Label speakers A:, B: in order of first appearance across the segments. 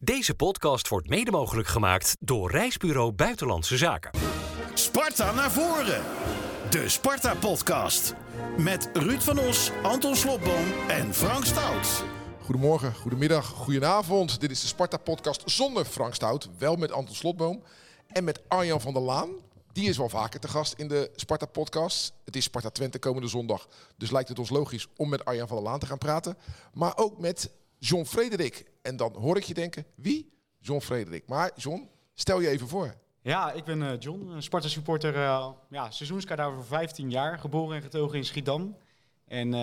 A: Deze podcast wordt mede mogelijk gemaakt door Reisbureau Buitenlandse Zaken.
B: Sparta naar voren. De Sparta-podcast. Met Ruud van Os, Anton Slotboom en Frank Stout.
C: Goedemorgen, goedemiddag, goedenavond. Dit is de Sparta-podcast zonder Frank Stout. Wel met Anton Slotboom en met Arjan van der Laan. Die is wel vaker te gast in de Sparta-podcast. Het is Sparta Twente komende zondag. Dus lijkt het ons logisch om met Arjan van der Laan te gaan praten. Maar ook met John Frederik. En dan hoor ik je denken, wie? John Frederik. Maar John, stel je even voor.
D: Ja, ik ben John, een Sparta-supporter, seizoenskaart voor 15 jaar. Geboren en getogen in Schiedam. En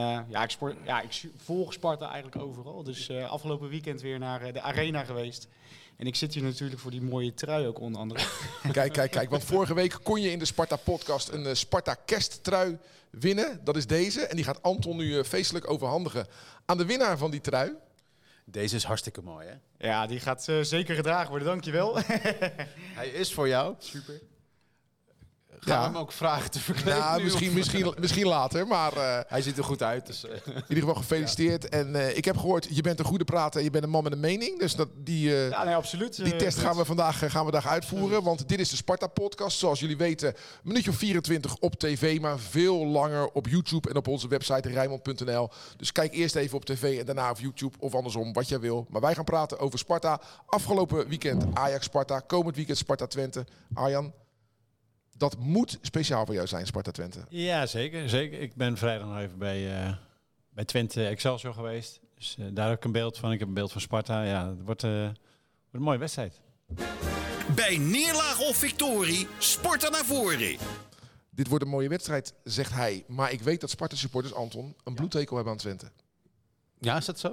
D: ik volg Sparta eigenlijk overal. Dus afgelopen weekend weer naar de Arena geweest. En ik zit hier natuurlijk voor die mooie trui ook onder andere.
C: Kijk. Want vorige week kon je in de Sparta-podcast een Sparta-kersttrui winnen. Dat is deze. En die gaat Anton nu feestelijk overhandigen aan de winnaar van die trui.
E: Deze is hartstikke mooi, hè?
D: Ja, die gaat zeker gedragen worden, dankjewel.
E: Hij is voor jou.
D: Super.
E: Gaan we hem ook vragen te verkleden?
C: Misschien later, maar
E: hij ziet er goed uit. Dus,
C: in ieder geval gefeliciteerd. Ja. En ik heb gehoord, je bent een goede prater, je bent een man met een mening. Dus
D: absoluut.
C: Die test gaan we vandaag uitvoeren. Want dit is de Sparta-podcast. Zoals jullie weten, een minuutje of 24 op tv, maar veel langer op YouTube en op onze website rijnmond.nl. Dus kijk eerst even op tv en daarna op YouTube of andersom, wat jij wil. Maar wij gaan praten over Sparta. Afgelopen weekend Ajax-Sparta, komend weekend Sparta-Twente. Arjan? Dat moet speciaal voor jou zijn, Sparta Twente.
F: Ja, zeker. Ik ben vrijdag nog even bij Twente Excelsior geweest. Dus daar heb ik een beeld van. Ik heb een beeld van Sparta. Ja, het wordt een mooie wedstrijd.
B: Bij neerlaag of victorie, Sparta naar voren.
C: Dit wordt een mooie wedstrijd, zegt hij. Maar ik weet dat Sparta-supporters, Anton, een bloedhekel hebben aan Twente.
E: Ja, is dat zo?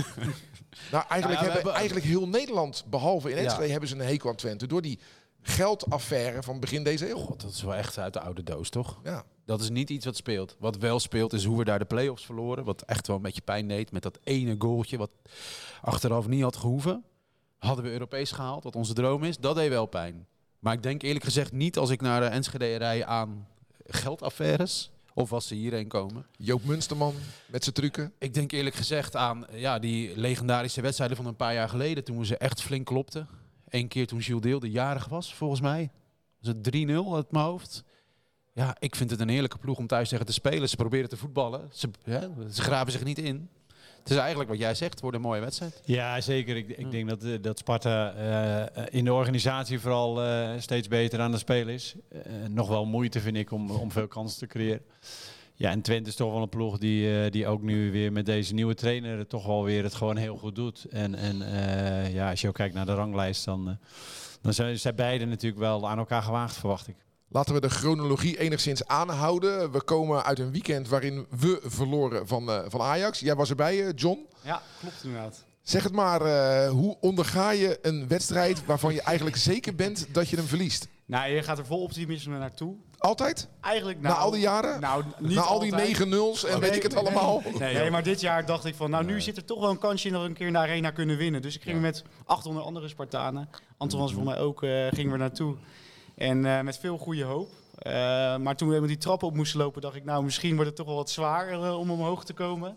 C: Nou, eigenlijk heel Nederland, behalve in Enschede, hebben ze een hekel aan Twente. Door die geldaffaire van begin deze eeuw.
E: God, dat is wel echt uit de oude doos, toch?
C: Ja.
E: Dat is niet iets wat speelt. Wat wel speelt is hoe we daar de play-offs verloren. Wat echt wel een beetje pijn deed met dat ene goaltje wat achteraf niet had gehoeven. Hadden we Europees gehaald, wat onze droom is. Dat deed wel pijn. Maar ik denk eerlijk gezegd niet als ik naar de Enschede rij aan geldaffaires. Of als ze hierheen komen.
C: Joop Munsterman met zijn trucken.
E: Ik denk eerlijk gezegd aan die legendarische wedstrijden van een paar jaar geleden. Toen we ze echt flink klopten. Eén keer toen Jules Deelde jarig was, volgens mij. Was het 3-0 uit mijn hoofd. Ja, ik vind het een heerlijke ploeg om thuis tegen te spelen. Ze proberen te voetballen. Ze graven zich niet in. Het is eigenlijk wat jij zegt, het wordt een mooie wedstrijd.
F: Ja, zeker. Ik denk dat Sparta in de organisatie vooral steeds beter aan het spelen is. Nog wel moeite vind ik om veel kansen te creëren. Ja, en Twente is toch wel een ploeg die ook nu weer met deze nieuwe trainer toch wel weer het gewoon heel goed doet. En als je ook kijkt naar de ranglijst, dan zijn zij beiden natuurlijk wel aan elkaar gewaagd, verwacht ik.
C: Laten we de chronologie enigszins aanhouden. We komen uit een weekend waarin we verloren van Ajax. Jij was erbij, John.
D: Ja, klopt inderdaad.
C: Zeg het maar, hoe onderga je een wedstrijd waarvan je eigenlijk zeker bent dat je hem verliest?
D: Nou, je gaat er vol optimisme naartoe.
C: Altijd?
D: Eigenlijk
C: na al die jaren?
D: Nou, niet
C: na al die
D: altijd.
C: 9-0's en weet ik het allemaal?
D: Nee, maar dit jaar dacht ik van, nu zit er toch wel een kansje in dat we een keer in de Arena kunnen winnen. Dus ik ging met 800 andere Spartanen. Anton was voor mij ook, gingen we naartoe. En met veel goede hoop. Maar toen we met die trappen op moesten lopen, dacht ik, misschien wordt het toch wel wat zwaar om omhoog te komen.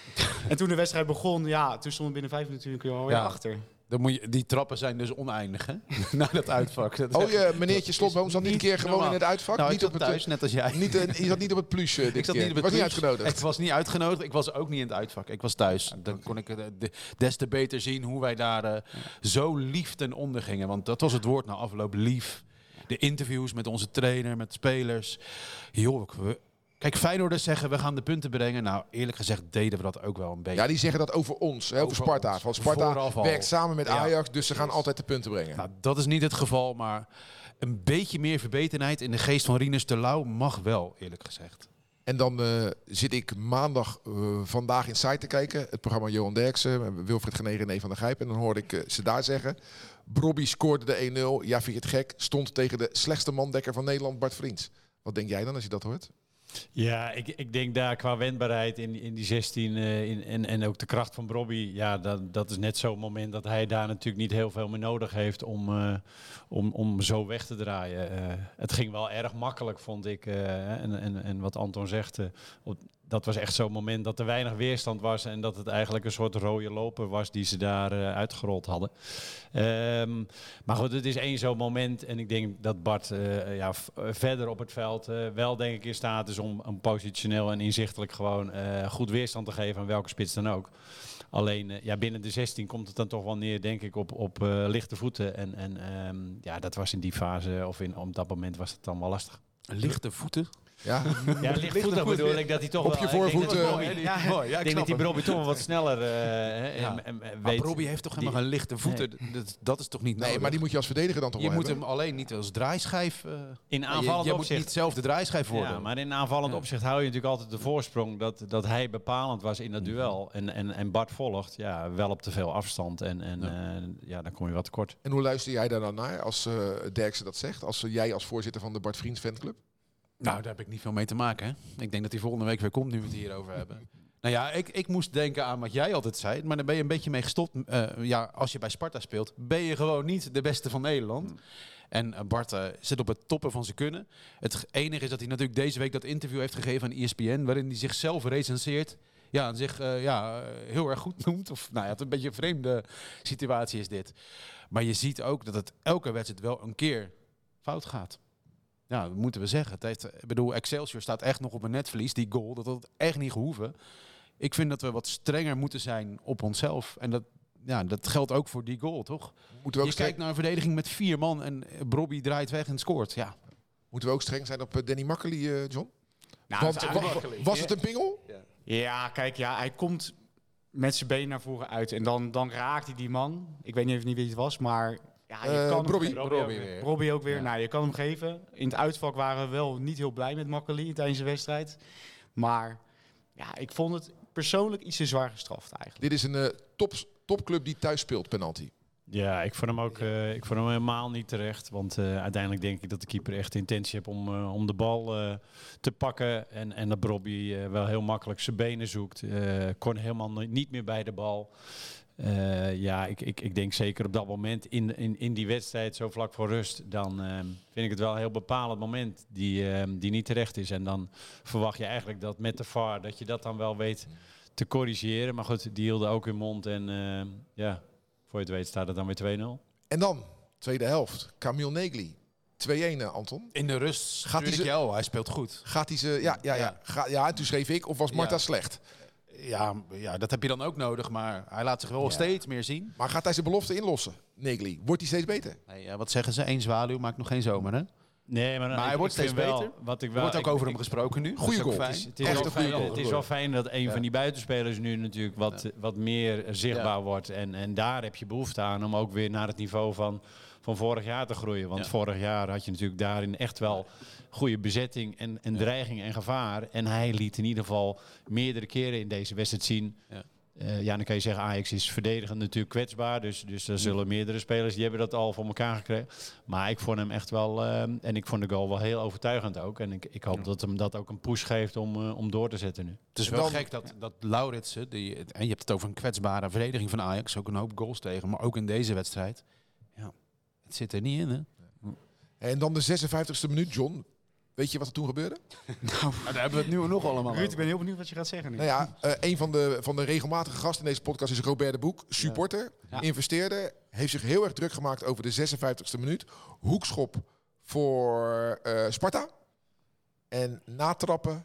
D: En toen de wedstrijd begon, toen stonden we binnen 5 minuten natuurlijk alweer achter.
E: Die trappen zijn dus oneindig, hè? Naar dat uitvak.
C: Meneertje Slotboom zat niet een keer gewoon in het uitvak?
E: Nou,
C: niet
E: op het thuis, net als jij.
C: Je zat niet op het plus dit keer.
E: Ik was niet uitgenodigd. Ik was niet uitgenodigd. Ik was ook niet in het uitvak. Ik was thuis. Dan kon ik des te beter zien hoe wij daar zo lief ten onder gingen. Want dat was het woord na afloop, lief. De interviews met onze trainer, met spelers. Kijk, Feyenoorders zeggen, we gaan de punten brengen. Nou, eerlijk gezegd deden we dat ook wel een beetje.
C: Ja, die zeggen dat over ons, over Sparta. Van Sparta werkt samen met Ajax, dus ze gaan altijd de punten brengen.
E: Nou, dat is niet het geval, maar een beetje meer verbetenheid in de geest van Rinus Terlouw mag wel, eerlijk gezegd.
C: En dan zit ik maandag vandaag in Site te kijken. Het programma Johan Derksen, Wilfried Genee, René van der Gijp. En dan hoorde ik ze daar zeggen. Brobby scoorde de 1-0. Ja, vind je het gek? Stond tegen de slechtste mandekker van Nederland, Bart Vriends. Wat denk jij dan als je dat hoort?
F: Ja, ik denk daar qua wendbaarheid in die 16 en ook de kracht van Brobby. Ja, dat is net zo'n moment dat hij daar natuurlijk niet heel veel meer nodig heeft om zo weg te draaien. Het ging wel erg makkelijk, vond ik. En wat Anton zegt, dat was echt zo'n moment dat er weinig weerstand was en dat het eigenlijk een soort rode loper was die ze daar uitgerold hadden. Maar goed, het is één zo'n moment en ik denk dat Bart verder op het veld wel denk ik in staat is om positioneel en inzichtelijk gewoon goed weerstand te geven aan welke spits dan ook. Alleen binnen de 16 komt het dan toch wel neer, denk ik, op lichte voeten. En dat was in die fase, of op dat moment was het dan wel lastig.
E: Lichte voeten?
C: Ja,
F: Ja, lichtvoetig bedoel ik dat hij toch
C: op je voorvoet.
F: Ik denk dat die Brobbey toch wel wat sneller
E: Maar Brobbey heeft toch helemaal geen lichte voeten? Dat is toch niet nodig?
C: Nee, maar die moet je als verdediger dan toch
E: je
C: wel
E: moet
C: hebben?
E: hem alleen niet als draaischijf...
F: in aanvallend
E: je moet
F: opzicht.
E: niet zelf de draaischijf worden.
F: Ja, maar in aanvallend opzicht hou je natuurlijk altijd de voorsprong dat hij bepalend was in dat duel. En Bart volgt wel op te veel afstand. En dan kom je wat tekort.
C: En hoe luister jij daar dan naar als Derksen dat zegt? Als jij als voorzitter van de Bart Vriends fanclub?
E: Nou, daar heb ik niet veel mee te maken. Hè? Ik denk dat hij volgende week weer komt, nu we het hierover hebben. Nou ja, ik moest denken aan wat jij altijd zei. Maar daar ben je een beetje mee gestopt. Als je bij Sparta speelt, ben je gewoon niet de beste van Nederland. En Bart zit op het toppen van zijn kunnen. Het enige is dat hij natuurlijk deze week dat interview heeft gegeven aan ESPN... waarin hij zichzelf recenseert. Ja, en zich heel erg goed noemt. Of het een beetje een vreemde situatie is dit. Maar je ziet ook dat het elke wedstrijd wel een keer fout gaat. Ja, dat moeten we zeggen. Excelsior staat echt nog op een netverlies. Die goal, dat had echt niet gehoeven. Ik vind dat we wat strenger moeten zijn op onszelf. En dat geldt ook voor die goal, toch? Je kijkt naar een verdediging met 4 man en Brobbey draait weg en scoort. Ja.
C: Moeten we ook streng zijn op Danny Makkely, John?
D: Nou,
C: Was het een pingel?
D: Ja, kijk, hij komt met zijn been naar voren uit. En dan raakt hij die man. Ik weet niet even wie het was, maar... Ja, je kan Brobbey ook weer. Ja. Nou, je kan hem geven. In het uitvak waren we wel niet heel blij met Makkely tijdens de wedstrijd. Maar ik vond het persoonlijk iets te zwaar gestraft eigenlijk.
C: Dit is een topclub die thuis speelt, penalty.
F: Ja, ik vond hem ook ik vond hem helemaal niet terecht. Want uiteindelijk denk ik dat de keeper echt de intentie heeft om de bal te pakken. En dat Brobbey wel heel makkelijk zijn benen zoekt. Kon helemaal niet meer bij de bal. Ik denk zeker op dat moment in die wedstrijd, zo vlak voor rust, dan vind ik het wel een heel bepalend moment die niet terecht is. En dan verwacht je eigenlijk dat met de VAR, dat je dat dan wel weet te corrigeren. Maar goed, die hielden ook hun mond en voor je het weet staat het dan weer 2-0.
C: En dan, tweede helft, Camille Negli. 2-1, Anton.
E: In de rust
C: gaat
E: hij speelt goed.
C: Gaat hij ze... Ja, en toen schreef ik, of was Marta slecht?
E: Ja, dat heb je dan ook nodig, maar hij laat zich wel steeds meer zien.
C: Maar gaat hij zijn belofte inlossen, Negli? Wordt hij steeds beter?
E: Nee, wat zeggen ze? 1 zwaluw maakt nog geen zomer, hè?
F: Nee, maar hij wordt steeds beter.
E: Er wordt ook over hem gesproken nu.
C: Goeie goal.
F: Het is wel fijn dat een van die buitenspelers nu natuurlijk wat meer zichtbaar wordt. En daar heb je behoefte aan om ook weer naar het niveau van vorig jaar te groeien. Want vorig jaar had je natuurlijk daarin echt wel goede bezetting en dreiging en gevaar. En hij liet in ieder geval meerdere keren in deze wedstrijd zien... dan kan je zeggen, Ajax is verdedigend natuurlijk kwetsbaar. Dus er zullen meerdere spelers, die hebben dat al voor elkaar gekregen. Maar ik vond hem echt wel, en ik vond de goal wel heel overtuigend ook. En ik hoop dat hem dat ook een push geeft om door te zetten nu.
E: Het is wel gek dat Lauritsen, en je hebt het over een kwetsbare verdediging van Ajax, ook een hoop goals tegen, maar ook in deze wedstrijd. Ja, het zit er niet in, hè?
C: En dan de 56e minuut, John. Weet je wat er toen gebeurde?
E: Nou, daar hebben we het nu nog allemaal.
D: Ruud, ik ben heel benieuwd wat je gaat zeggen nu.
C: Nou ja, een van de regelmatige gasten in deze podcast is Robert de Boek. Supporter, investeerder. Heeft zich heel erg druk gemaakt over de 56e minuut. Hoekschop voor Sparta. En natrappen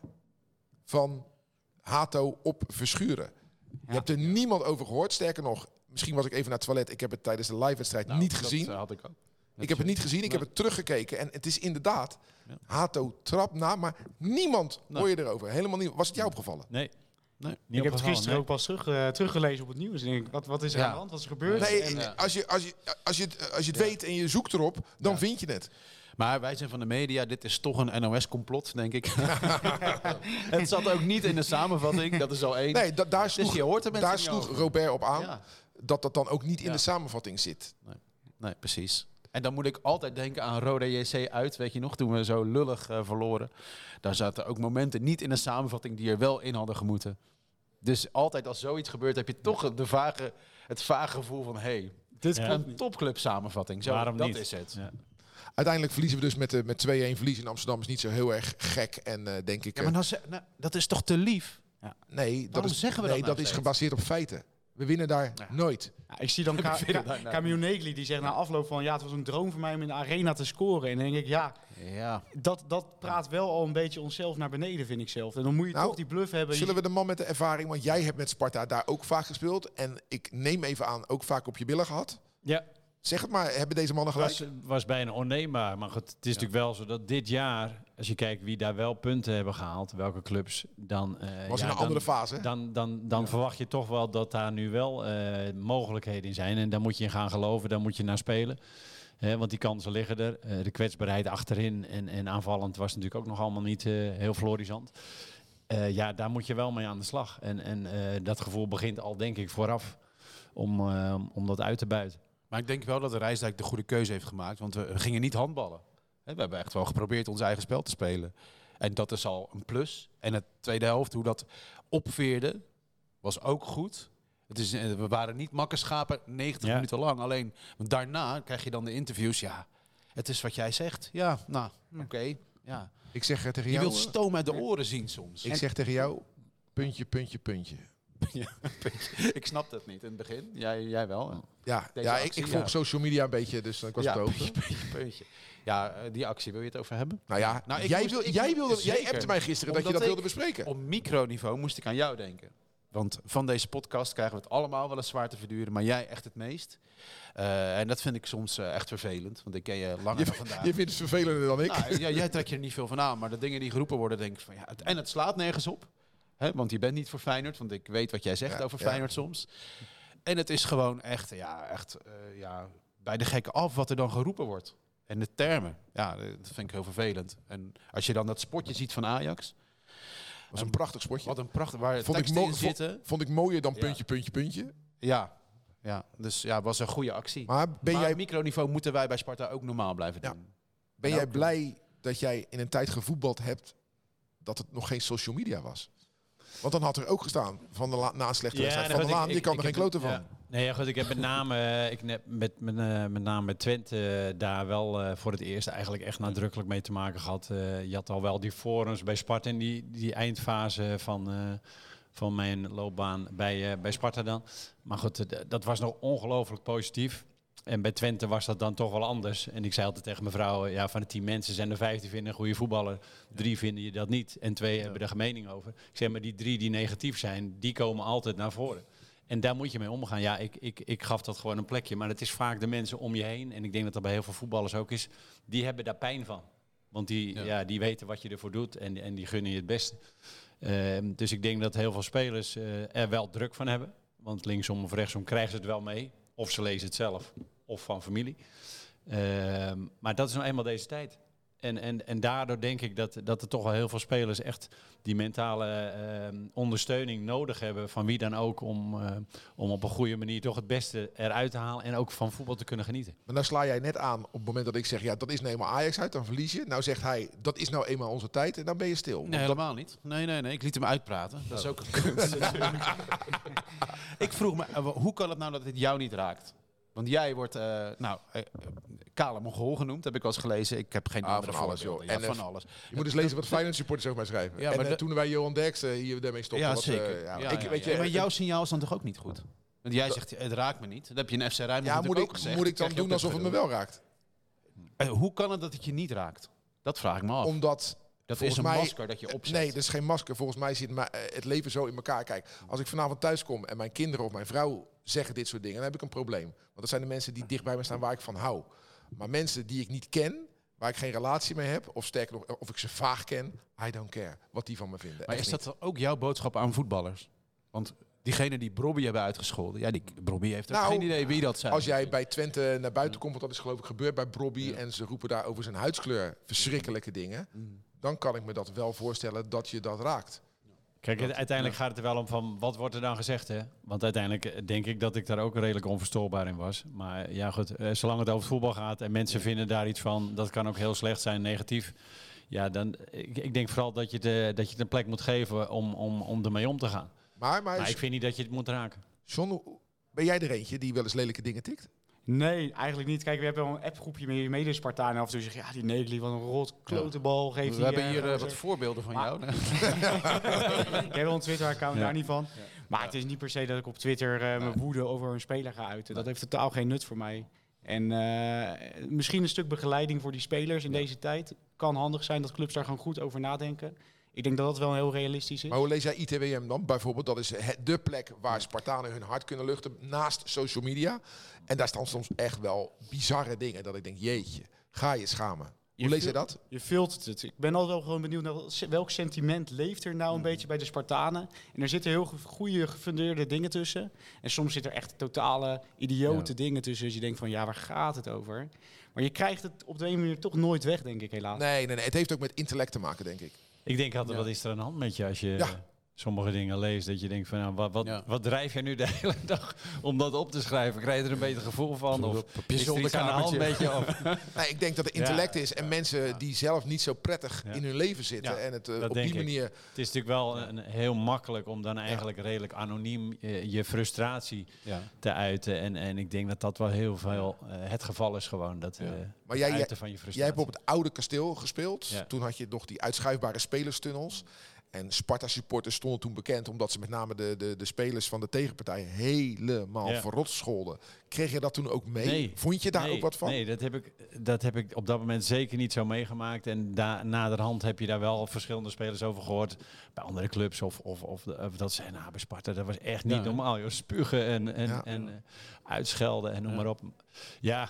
C: van Hato op Verschuren. Je hebt er niemand over gehoord. Sterker nog, misschien was ik even naar het toilet. Ik heb het tijdens de live-wedstrijd niet gezien.
E: Dat had ik ook.
C: Ik heb het niet gezien, ik heb het teruggekeken. En het is inderdaad, Hato trapt na, maar niemand hoor je erover. Helemaal niet. Was het jou opgevallen?
F: Nee.
D: Ik heb het gisteren ook pas teruggelezen op het nieuws. En denk, wat is er aan de hand? Wat is er gebeurd?
C: Nee, als je het weet en je zoekt erop, dan vind je het.
E: Maar wij zijn van de media, dit is toch een NOS-complot, denk ik. Het zat ook niet in de samenvatting, dat is al 1.
C: Nee, daar
E: sloeg
C: Robert op aan dat dan ook niet in de samenvatting zit.
E: Nee, precies. En dan moet ik altijd denken aan Roda JC uit, weet je nog, toen we zo lullig verloren. Daar zaten ook momenten niet in de samenvatting die er wel in hadden gemoeten. Dus altijd als zoiets gebeurt, heb je toch het vage gevoel van, dit is een topclub samenvatting. Zo,
F: waarom
E: dat
F: niet?
E: is het. Ja.
C: Uiteindelijk verliezen we dus met 2-1 verlies in Amsterdam. Is niet zo heel erg gek. En denk ik...
E: Ja, maar dat is toch te lief?
C: Nee,
E: Waarom zeggen we dat nou
C: dat is
E: steeds?
C: gebaseerd op feiten. We winnen daar nooit.
D: Ja, ik zie dan Camille Negli die zegt na afloop van... ja, het was een droom voor mij om in de arena te scoren. En dan denk ik, dat praat wel al een beetje onszelf naar beneden, vind ik zelf. En dan moet je toch die bluff hebben.
C: Zullen we de man met de ervaring... want jij hebt met Sparta daar ook vaak gespeeld... en ik neem even aan, ook vaak op je billen gehad.
F: Ja.
C: Zeg het maar, hebben deze mannen gelijk?
F: Was bijna onneembaar. Maar goed, het is natuurlijk wel zo dat dit jaar... als je kijkt wie daar wel punten hebben gehaald... welke clubs, dan...
C: was in een andere fase.
F: Dan verwacht je toch wel dat daar nu wel mogelijkheden in zijn. En daar moet je in gaan geloven, daar moet je naar spelen. Want die kansen liggen er. De kwetsbaarheid achterin en aanvallend was natuurlijk ook nog allemaal niet heel florisant. Daar moet je wel mee aan de slag. En dat gevoel begint al, denk ik, vooraf om dat uit te buiten.
E: Maar ik denk wel dat de Rijsdijk de goede keuze heeft gemaakt. Want we gingen niet handballen. We hebben echt wel geprobeerd ons eigen spel te spelen. En dat is al een plus. En de tweede helft, hoe dat opveerde, was ook goed. We waren niet makkerschapen 90 minuten lang. Alleen daarna krijg je dan de interviews. Ja, het is wat jij zegt. Ja, nou, oké. Ja.
C: Ik zeg tegen
E: je
C: jou...
E: wilt stoom uit de oren zien soms.
C: Ik zeg tegen jou, puntje, puntje, puntje.
E: Ik snapte het niet in het begin. Jij wel.
C: Ja, ik volg social media een beetje, dus ik was het ook.
E: Puntje. Ja, die actie, wil je het over hebben?
C: Nou ja, jij appte mij gisteren dat je dat wilde bespreken.
E: Op microniveau moest ik aan jou denken. Want van deze podcast krijgen we het allemaal wel eens zwaar te verduren, maar jij echt het meest. En dat vind ik soms echt vervelend, want ik ken je langer dan vandaag.
C: Je vindt het vervelender dan ik.
E: Nou, jij trekt je er niet veel van aan, maar de dingen die geroepen worden, denk ik van ja. En het slaat nergens op. Want je bent niet voor Feyenoord, want ik weet wat jij zegt over Feyenoord soms. En het is gewoon echt bij de gekken af wat er dan geroepen wordt. En de termen, dat vind ik heel vervelend. En als je dan dat spotje ziet van Ajax...
C: Dat was een prachtig spotje.
E: Wat een prachtig, waar teksten in zitten.
C: Vond ik mooier dan puntje, puntje, puntje.
E: Ja, dus het was een goede actie.
C: Maar
E: op microniveau moeten wij bij Sparta ook normaal blijven doen.
C: Ben jij blij dat jij in een tijd gevoetbald hebt dat het nog geen social media was? Want dan had er ook gestaan van na een slechte wedstrijd van de Laan, je kan er geen kloten van.
F: Nee, goed, ik heb met name met Twente daar wel voor het eerst eigenlijk echt nadrukkelijk mee te maken gehad. Je had al wel die forums bij Sparta in die eindfase van mijn loopbaan bij Sparta dan. Maar goed, dat was nog ongelooflijk positief. En bij Twente was dat dan toch wel anders. En ik zei altijd tegen mijn vrouw, van de 10 mensen zijn er 5 die vinden een goede voetballer. 3 vinden je dat niet. En 2 hebben er mening over. Ik zeg maar, die 3 die negatief zijn, die komen altijd naar voren. En daar moet je mee omgaan. Ja, ik gaf dat gewoon een plekje. Maar het is vaak de mensen om je heen. En ik denk dat dat bij heel veel voetballers ook is. Die hebben daar pijn van. Want die weten wat je ervoor doet. En die gunnen je het beste. Dus ik denk dat heel veel spelers er wel druk van hebben. Want linksom of rechtsom krijgen ze het wel mee. Of ze lezen het zelf. Of van familie. Maar dat is nou eenmaal deze tijd. En daardoor denk ik dat er toch wel heel veel spelers echt die mentale ondersteuning nodig hebben van wie dan ook om op een goede manier toch het beste eruit te halen en ook van voetbal te kunnen genieten.
C: Maar dan sla jij net aan op het moment dat ik zeg, dat is nou eenmaal Ajax uit, dan verlies je. Nou zegt hij, dat is nou eenmaal onze tijd en dan ben je stil.
E: Nee, helemaal niet. Nee, ik liet hem uitpraten. Dat is ook een kunst. Ik vroeg me, hoe kan het nou dat dit jou niet raakt? Want jij wordt kale Mongool genoemd, heb ik al eens gelezen. Ik heb geen andere
C: van alles, joh.
E: Ja, van alles.
C: Je moet eens lezen wat Feyenoord supporters ook maar schrijven. Ja, maar toen wij Johan Derksen hier daarmee stopten.
E: Ja, zeker. Maar jouw signaal is dan toch ook niet goed? Want jij zegt, het raakt me niet. Dat heb je in FC Rijnmond ook gezegd.
C: Moet ik dan doen alsof het me wel raakt?
E: Hoe kan het dat het je niet raakt? Dat vraag ik me af.
C: Omdat...
E: Dat is een masker dat je opzet.
C: Nee, dat is geen masker. Volgens mij zit het leven zo in elkaar. Kijk, als ik vanavond thuis kom en mijn kinderen of mijn vrouw zeggen dit soort dingen, dan heb ik een probleem. Want dat zijn de mensen die dicht bij me staan waar ik van hou. Maar mensen die ik niet ken, waar ik geen relatie mee heb, of sterker nog, of ik ze vaag ken, I don't care wat die van me vinden.
E: Maar is dat ook jouw boodschap aan voetballers? Want diegene die Brobby hebben uitgescholden, Brobby heeft ook geen idee wie dat zijn.
C: Als jij bij Twente naar buiten komt, want dat is geloof ik gebeurd bij Brobby, en ze roepen daar over zijn huidskleur verschrikkelijke dingen, dan kan ik me dat wel voorstellen dat je dat raakt.
F: Kijk, uiteindelijk gaat het er wel om van wat wordt er dan gezegd, hè? Want uiteindelijk denk ik dat ik daar ook redelijk onverstoorbaar in was. Maar ja, goed, zolang het over voetbal gaat en mensen vinden daar iets van, dat kan ook heel slecht zijn, negatief. Ja, dan ik denk vooral dat je het een plek moet geven om ermee om te gaan. Maar ik vind niet dat je het moet raken.
C: John, ben jij er eentje die wel eens lelijke dingen tikt?
D: Nee, eigenlijk niet. Kijk, we hebben wel een appgroepje met je mede-Spartanen. Af en toe zeg je, die Negli, wat een rot klote bal geeft.
E: We hebben hier wat voorbeelden van jou.
D: Ik heb wel een Twitter-account, daar niet van. Ja. Maar het is niet per se dat ik op Twitter mijn woede over een speler ga uiten. Dat heeft totaal geen nut voor mij. En misschien een stuk begeleiding voor die spelers in deze tijd. Kan handig zijn dat clubs daar gewoon goed over nadenken. Ik denk dat dat wel heel realistisch is.
C: Maar hoe lees jij ITWM dan? Bijvoorbeeld, dat is de plek waar Spartanen hun hart kunnen luchten naast social media. En daar staan soms echt wel bizarre dingen. Dat ik denk, jeetje, ga je schamen. Hoe lees je dat?
D: Je filtert het. Ik ben altijd wel gewoon benieuwd naar welk sentiment leeft er nou een beetje bij de Spartanen. En er zitten heel goede gefundeerde dingen tussen. En soms zit er echt totale idiote dingen tussen. Dus je denkt van, waar gaat het over? Maar je krijgt het op de een manier toch nooit weg, denk ik helaas.
C: Nee. Het heeft ook met intellect te maken, denk ik.
F: Ik denk altijd, wat is er aan de hand met je als je sommige dingen leest? Dat je denkt van, wat drijf jij nu de hele dag om dat op te schrijven? Krijg je er een beetje gevoel van? Of is er iets aan de hand met je?
C: Nee, ik denk dat het intellect is en mensen die zelf niet zo prettig in hun leven zitten. En het op die manier...
F: Het is natuurlijk wel heel makkelijk om dan eigenlijk redelijk anoniem je frustratie te uiten. En ik denk dat dat wel heel veel het geval is gewoon. Dat
C: maar
F: uiten van je frustratie.
C: Jij hebt op het oude kasteel gespeeld.
F: Ja.
C: Toen had je nog die uitschuifbare spelerstunnels. En Sparta-supporters stonden toen bekend omdat ze met name de spelers van de tegenpartij helemaal verrot scholden. Kreeg je dat toen ook mee?
F: Nee.
C: Vond je daar ook wat van?
F: Nee, dat heb ik op dat moment zeker niet zo meegemaakt. En naderhand heb je daar wel verschillende spelers over gehoord. Bij andere clubs of dat ze bij Sparta, dat was echt niet normaal. Joh. Spugen en uitschelden en noem maar op. Ja.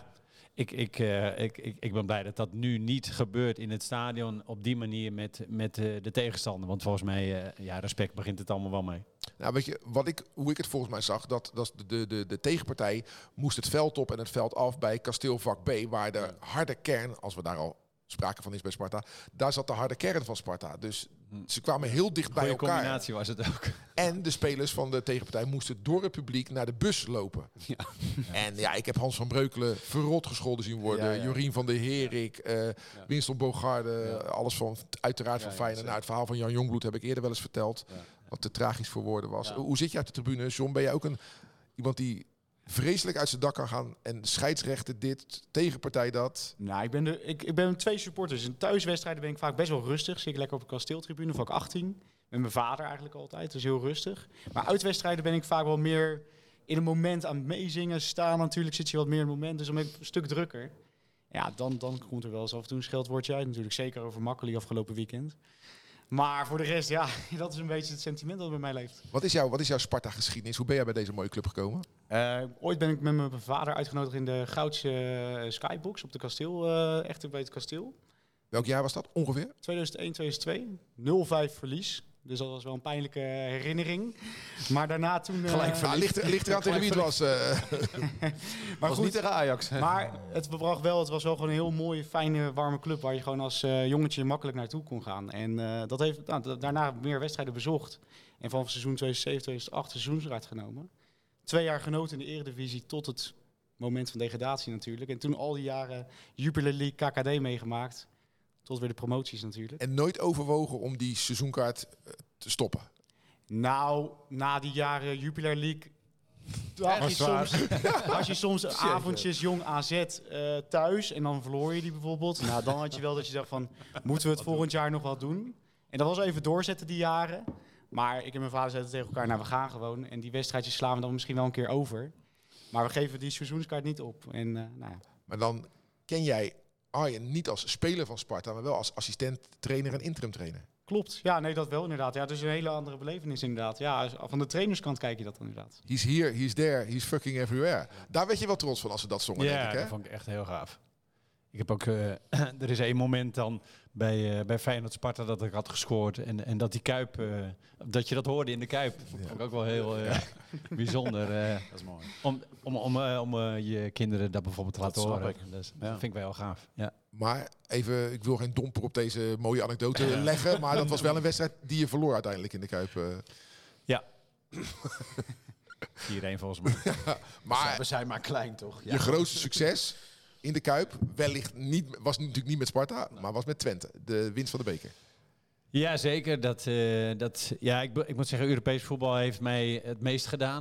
F: Ik ben blij dat dat nu niet gebeurt in het stadion op die manier met de tegenstander. Want volgens mij, respect begint het allemaal wel mee.
C: Nou, weet je, hoe ik het volgens mij zag, dat de tegenpartij moest het veld op en het veld af bij kasteelvak B, waar de harde kern, als we daar al sprake van is bij Sparta, daar zat de harde kern van Sparta. Dus ze kwamen heel dicht bij elkaar.
F: Goeie combinatie was het ook.
C: En de spelers van de tegenpartij moesten door het publiek naar de bus lopen. Ja. En ik heb Hans van Breukelen verrot gescholden zien worden. Jorien van der Herik, Winston Bogarde, alles van uiteraard van Feyenoord. Nou, het verhaal van Jan Jongbloed heb ik eerder wel eens verteld. Wat te tragisch voor woorden was. Ja. Hoe zit je uit de tribune, John? Ben jij ook iemand die vreselijk uit zijn dak kan gaan en scheidsrechter dit, tegenpartij dat?
D: Nou, ik ben 2 supporters. In thuiswedstrijden ben ik vaak best wel rustig. Zit ik lekker op de kasteeltribune, vak 18. Met mijn vader eigenlijk altijd, dus heel rustig. Maar uitwedstrijden ben ik vaak wel meer in een moment aan het meezingen. Staan natuurlijk, zit je wat meer in het moment. Dus dan ben ik een stuk drukker. Ja, dan komt er wel eens af en toe een scheldwoordje uit natuurlijk. Zeker over Makkeli afgelopen weekend. Maar voor de rest, dat is een beetje het sentiment dat bij mij leeft.
C: Wat is jouw Sparta-geschiedenis? Hoe ben jij bij deze mooie club gekomen?
D: Ooit ben ik met mijn vader uitgenodigd in de Goudse Skybox op de kasteel. Echt bij het kasteel.
C: Welk jaar was dat ongeveer?
D: 2001, 2002. 0-5 verlies. Dus dat was wel een pijnlijke herinnering. Maar daarna toen...
C: Gelijk ligt eraan tegen wie het was.
D: Maar
E: was niet tegen Ajax.
D: Maar het was wel gewoon een heel mooie, fijne, warme club... waar je gewoon als jongetje makkelijk naartoe kon gaan. En dat heeft daarna meer wedstrijden bezocht. En vanaf seizoen 2007, 2008 seizoensraad genomen. 2 jaar genoten in de Eredivisie tot het moment van degradatie natuurlijk. En toen al die jaren Jupiler League, KKD meegemaakt... Tot weer de promoties natuurlijk.
C: En nooit overwogen om die seizoenkaart te stoppen?
D: Nou, na die jaren Jupiler League... Als je soms avondjes jong AZ thuis en dan verloor je die bijvoorbeeld. Nou, dan had je wel dat je dacht van, moeten we het volgend jaar nog wel doen? En dat was even doorzetten die jaren. Maar ik en mijn vader zeiden tegen elkaar, nou we gaan gewoon. En die wedstrijdjes slaan we dan misschien wel een keer over. Maar we geven die seizoenskaart niet op. En,
C: Maar dan ken jij Arjen niet als speler van Sparta, maar wel als assistent, trainer en interim trainer.
D: Klopt. Ja, nee, dat wel inderdaad. Ja, het is een hele andere belevenis inderdaad. Ja, van de trainerskant kijk je dat dan inderdaad.
C: He's here, he's there, he's fucking everywhere. Ja. Daar werd je wel trots van als ze dat zongen, denk ik, hè?
F: Ja, dat vond ik echt heel gaaf. Ik heb ook, er is 1 moment dan bij Feyenoord Sparta dat ik had gescoord en dat die Kuip, dat je dat hoorde in de Kuip. Dat vond ik ook wel heel bijzonder.
E: Dat is mooi.
F: Om je kinderen dat bijvoorbeeld te laten horen. Dat vind ik wel heel gaaf. Ja.
C: Maar even, ik wil geen domper op deze mooie anekdote leggen, maar dat was wel een wedstrijd die je verloor uiteindelijk in de Kuip.
F: Ja. 4-1 volgens mij.
C: Maar
E: we zijn maar klein, toch? Ja.
C: Je grootste succes in de Kuip, wellicht niet, was natuurlijk niet met Sparta, maar was met Twente. De winst van de beker.
F: Ja, zeker. Ik moet zeggen, Europees voetbal heeft mij het meest gedaan.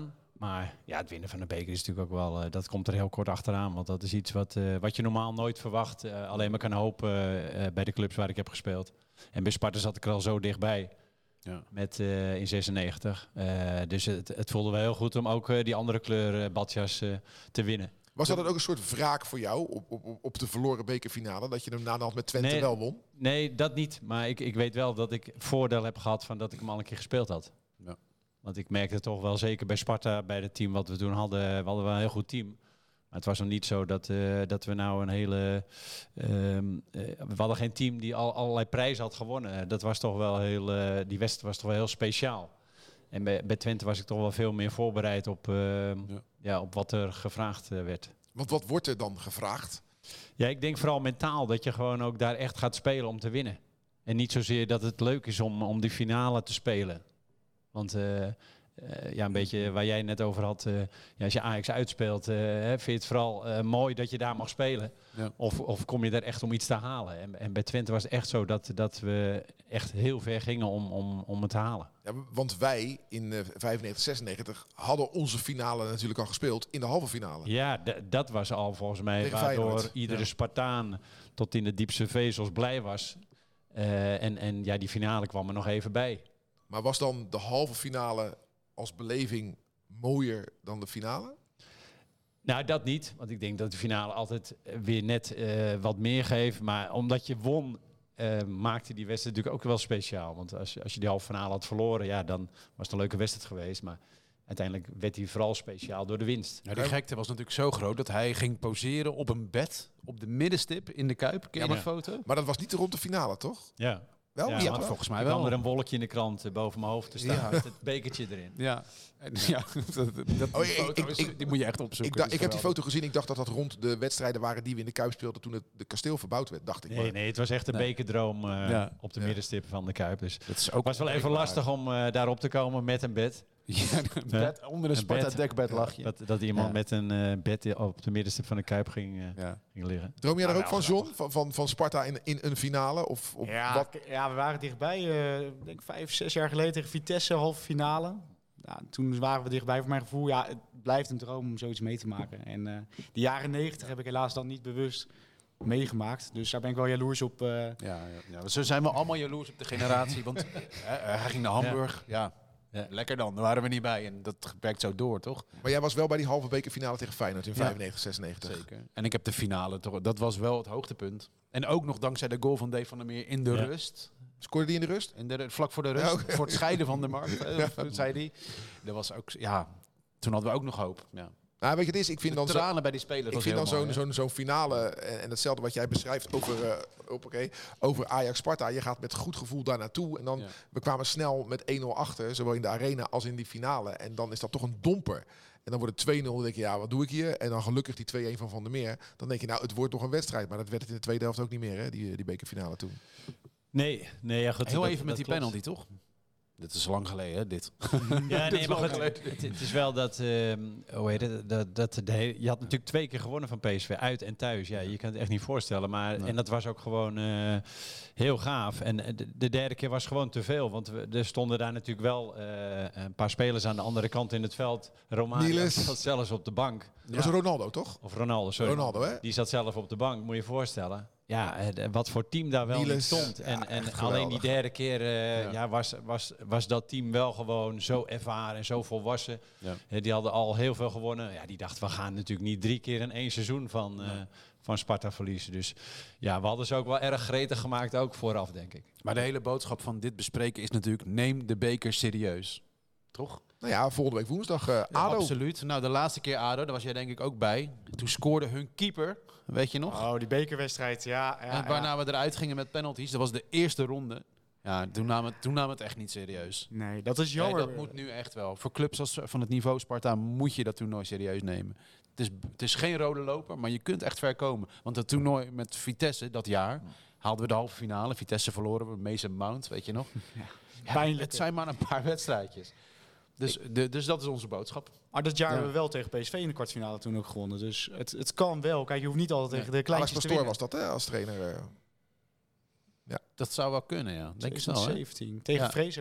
F: Maar ja, het winnen van de beker is natuurlijk ook wel... dat komt er heel kort achteraan. Want dat is iets wat je normaal nooit verwacht. Alleen maar kan hopen bij de clubs waar ik heb gespeeld. En bij Sparta zat ik er al zo dichtbij. Ja. Met in 96. Dus het voelde wel heel goed om ook die andere kleur badjas te winnen.
C: Was dat dan ook een soort wraak voor jou op de verloren bekerfinale? Dat je hem na de hand met Twente wel won?
F: Nee, dat niet. Maar ik weet wel dat ik voordeel heb gehad van dat ik hem al een keer gespeeld had. Ja. Want ik merkte toch wel zeker bij Sparta, bij het team wat we toen hadden, we hadden wel een heel goed team. Maar het was nog niet zo dat we nou een hele... we hadden geen team die allerlei prijzen had gewonnen. Dat was toch wel heel... die wedstrijd was toch wel heel speciaal. En bij Twente was ik toch wel veel meer voorbereid op wat er gevraagd werd.
C: Want wat wordt er dan gevraagd?
F: Ja, ik denk vooral mentaal dat je gewoon ook daar echt gaat spelen om te winnen. En niet zozeer dat het leuk is om die finale te spelen. Want een beetje waar jij net over had. Als je Ajax uitspeelt, vind je het vooral mooi dat je daar mag spelen. Ja. Of kom je er echt om iets te halen? En bij Twente was het echt zo dat we echt heel ver gingen om het te halen.
C: Ja, want wij in 95, 96 hadden onze finale natuurlijk al gespeeld in de halve finale.
F: Ja, dat was al volgens mij tegen waardoor Feyenoord. Iedere Spartaan tot in de diepste vezels blij was. En die finale kwam er nog even bij.
C: Maar was dan de halve finale als beleving mooier dan de finale?
F: Nou, dat niet. Want ik denk dat de finale altijd weer net wat meer geeft. Maar omdat je won, maakte die wedstrijd natuurlijk ook wel speciaal. Want als je die halve finale had verloren, dan was het een leuke wedstrijd geweest. Maar uiteindelijk werd hij vooral speciaal door de winst.
E: Ja, de gekte was natuurlijk zo groot dat hij ging poseren op een bed op de middenstip in de Kuip. Ken je die foto?
C: Maar dat was niet rond de finale, toch?
F: Ja.
C: Wel?
F: Ja,
C: Ja,
F: volgens mij wel. Er er een wolkje in de krant boven mijn hoofd te staan met het bekertje erin.
E: Ja, die moet je echt opzoeken.
C: Ik heb die foto gezien. Ik dacht dat rond de wedstrijden waren die we in de Kuip speelden toen het kasteel verbouwd werd, dacht ik.
F: Nee, het was echt een bekerdroom op de middenstip van de Kuip. Dus het was wel even lastig om daarop te komen met een bed.
E: Ja, bed, onder een Sparta-dekbed lag je.
F: Dat iemand met een bed op de middenstip van de Kuip ging liggen.
C: Droom jij daar ook van, John? Van Sparta in een finale?
D: We waren dichtbij. Ik denk 5-6 jaar geleden tegen Vitesse, halve finale. Ja, toen waren we dichtbij. Voor mijn gevoel, het blijft een droom om zoiets mee te maken. En de jaren 90 heb ik helaas dan niet bewust meegemaakt. Dus daar ben ik wel jaloers op.
E: Zo zijn we allemaal jaloers op de generatie. Want hij ging naar Hamburg. Ja, lekker dan. Daar waren we niet bij. En dat werkt zo door, toch?
C: Maar jij was wel bij die halve bekerfinale tegen Feyenoord in 95, 96.
E: Zeker. En ik heb de finale toch. Dat was wel het hoogtepunt. En ook nog dankzij de goal van Dave van der Meer in de rust.
C: Scoorde die in de rust?
E: Vlak voor de rust. Ja, voor het scheiden van de markt, zei hij. Dat was ook, toen hadden we ook nog hoop. Ja.
C: Nou, weet je, het is, ik vind dan
E: tranen bij die spelers.
C: Ik vind dan zo'n finale en hetzelfde wat jij beschrijft over Ajax-Sparta. Je gaat met goed gevoel daar naartoe en dan we kwamen snel met 1-0 achter, zowel in de arena als in die finale. En dan is dat toch een domper. En dan wordt het 2-0. Dan denk je, wat doe ik hier? En dan gelukkig die 2-1 van der Meer. Dan denk je, het wordt nog een wedstrijd. Maar dat werd het in de tweede helft ook niet meer, hè? Die bekerfinale toen.
F: Nee, goed.
E: Heel even met die penalty, toch? Dit is lang geleden, hè, dit.
F: Ja, nee, maar goed, het is wel dat... je had natuurlijk 2 keer gewonnen van PSV, uit en thuis. Ja, je kan het echt niet voorstellen. Maar, en dat was ook gewoon heel gaaf. En de derde keer was gewoon te veel. Want er stonden daar natuurlijk wel een paar spelers aan de andere kant in het veld. Romario zat zelfs op de bank.
C: Dat was Ronaldo, toch?
F: Of Ronaldo, sorry.
C: Ronaldo, hè?
F: Die zat zelf op de bank, moet je je voorstellen. Ja, wat voor team daar wel niet stond. En alleen die derde keer was dat team wel gewoon zo ervaren en zo volwassen. Ja. Die hadden al heel veel gewonnen. Ja, die dachten, we gaan natuurlijk niet 3 keer in 1 seizoen van Sparta verliezen. Dus ja, we hadden ze ook wel erg gretig gemaakt, ook vooraf, denk ik.
E: Maar de hele boodschap van dit bespreken is natuurlijk, neem de beker serieus. Toch?
C: Nou ja, volgende week woensdag ADO.
E: Absoluut. Nou, de laatste keer ADO, daar was jij denk ik ook bij. Toen scoorde hun keeper, weet je nog?
D: Oh, die bekerwedstrijd,
E: en waarna we eruit gingen met penalties. Dat was de eerste ronde. Ja, toen nam het echt niet serieus.
D: Nee, dat is jammer.
E: Nee, dat moet nu echt wel. Voor clubs als van het niveau Sparta moet je dat toernooi serieus nemen. Het is geen rode loper, maar je kunt echt ver komen. Want het toernooi met Vitesse dat jaar haalden we de halve finale. Vitesse verloren we, Mason Mount, weet je nog? Het zijn maar een paar wedstrijdjes. Dus dat is onze boodschap.
D: Maar dat jaar hebben we wel tegen PSV in de kwartfinale toen ook gewonnen. Dus het kan wel. Kijk, je hoeft niet altijd tegen de kleintjes te winnen.
C: was dat, hè, als trainer.
E: Ja. Dat zou wel kunnen, ja. Denk ik snel,
D: 17 tegen Fraser.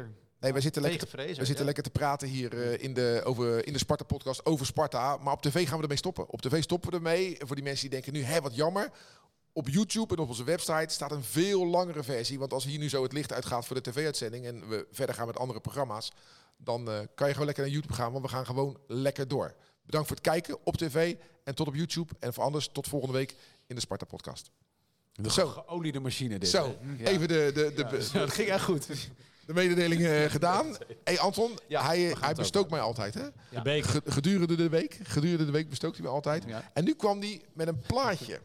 C: Nee, we zitten lekker te praten hier in de Sparta-podcast over Sparta. Maar op tv gaan we ermee stoppen. Op tv stoppen we ermee. Voor die mensen die denken nu, wat jammer. Op YouTube en op onze website staat een veel langere versie. Want als hier nu zo het licht uitgaat voor de tv-uitzending... en we verder gaan met andere programma's... dan kan je gewoon lekker naar YouTube gaan. Want we gaan gewoon lekker door. Bedankt voor het kijken op tv en tot op YouTube. En voor anders tot volgende week in de Sparta-podcast.
E: De geoliede machine dit.
C: Zo,
E: ja.
C: Even
E: dat ging echt goed.
C: De mededelingen gedaan. Hey Anton, hij bestookt mij altijd, hè?
F: De beker.
C: Gedurende de week bestookt hij me altijd. Ja. En nu kwam hij met een plaatje.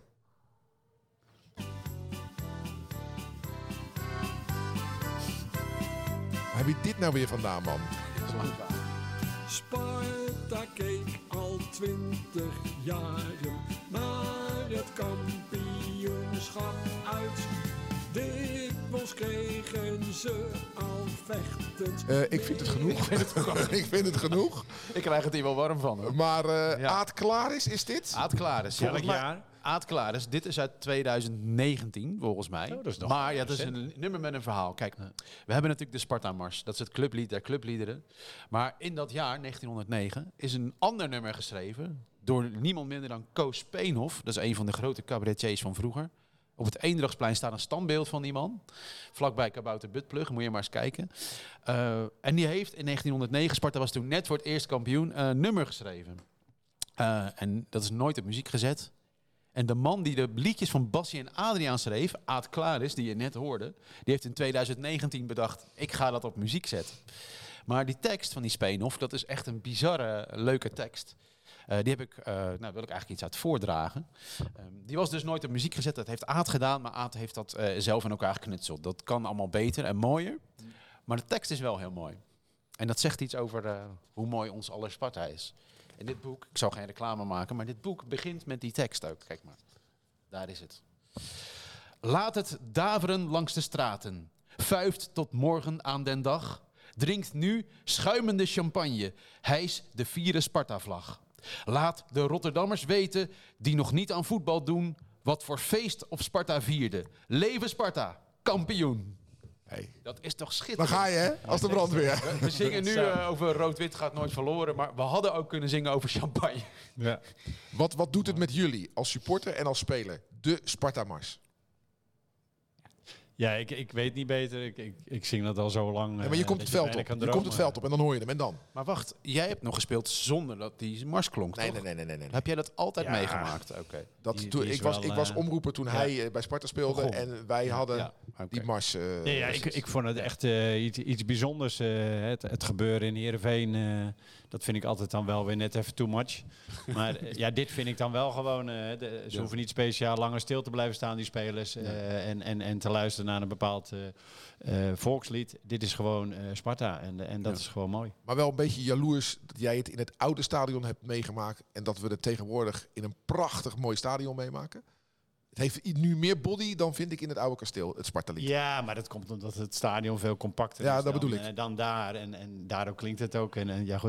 C: Waar heb je dit nou weer vandaan, man?
G: Sparta keek al 20 jaren naar het kampioenschap uit. Dikwijls kregen ze al vechtend.
C: Ik vind het genoeg. Ik vind het genoeg.
E: Ik krijg het hier wel warm van. Hoor.
C: Maar Aad Klaris is dit?
E: Aad Klaris.
F: Welk jaar?
E: Aad Klaris. Dit is uit 2019 volgens mij.
F: Oh, dat is nog
E: maar ja, dat is een nummer met een verhaal. Kijk, we hebben natuurlijk de Sparta-mars. Dat is het clublied der clubliederen. Maar in dat jaar, 1909, is een ander nummer geschreven door niemand minder dan Koos Speenhof. Dat is een van de grote cabaretiers van vroeger. Op het Eendrachtsplein staat een standbeeld van die man. Vlakbij Kabouter Buttplug, moet je maar eens kijken. En die heeft in 1909, Sparta was toen net voor het eerst kampioen, een nummer geschreven. En dat is nooit op muziek gezet. En de man die de liedjes van Bassie en Adriaan schreef, Aad Klaris, die je net hoorde, die heeft in 2019 bedacht, ik ga dat op muziek zetten. Maar die tekst van die Speenhof, dat is echt een bizarre, leuke tekst. Die heb ik, wil ik eigenlijk iets uit voordragen. Die was dus nooit op muziek gezet. Dat heeft Aad gedaan, maar Aad heeft dat zelf in elkaar geknutseld. Dat kan allemaal beter en mooier. Maar de tekst is wel heel mooi. En dat zegt iets over hoe mooi ons aller Sparta is. En dit boek, ik zal geen reclame maken, maar dit boek begint met die tekst ook. Kijk maar, daar is het. Laat het daveren langs de straten. Fuift tot morgen aan den dag. Drinkt nu schuimende champagne. Hijs de 4e Sparta-vlag. Laat de Rotterdammers weten die nog niet aan voetbal doen wat voor feest op Sparta vierde. Leven Sparta, kampioen.
C: Hey.
E: Dat is toch schitterend.
C: Dan ga je, hè? Als de brandweer.
E: We zingen nu over rood-wit gaat nooit verloren, maar we hadden ook kunnen zingen over champagne.
F: Ja.
C: Wat doet het met jullie als supporter en als speler? De Sparta-mars.
F: Ja, ik weet niet beter. Ik zing dat al zo lang.
C: Ja, maar je komt het veld op. Je komt het veld op en dan hoor je hem. En dan?
E: Maar wacht, jij hebt nog gespeeld zonder dat die mars klonk, toch?
C: Nee.
E: Heb jij dat altijd meegemaakt? Oké.
C: Ik was omroeper toen hij bij Sparta speelde. En wij hadden die mars.
F: Ik vond het echt iets bijzonders. Het gebeuren in Heerenveen, dat vind ik altijd dan wel weer net even too much. Maar dit vind ik dan wel gewoon. Ze hoeven niet speciaal langer stil te blijven staan, die spelers. En te luisteren naar een bepaald volkslied. Dit is gewoon Sparta en dat is gewoon mooi.
C: Maar wel een beetje jaloers dat jij het in het oude stadion hebt meegemaakt en dat we het tegenwoordig in een prachtig mooi stadion meemaken. Het heeft nu meer body dan vind ik in het oude kasteel, het Sparta-lied.
F: Ja, maar dat komt omdat het stadion veel compacter
C: is
F: dan,
C: bedoel ik.
F: Dan daar. En daardoor klinkt het ook.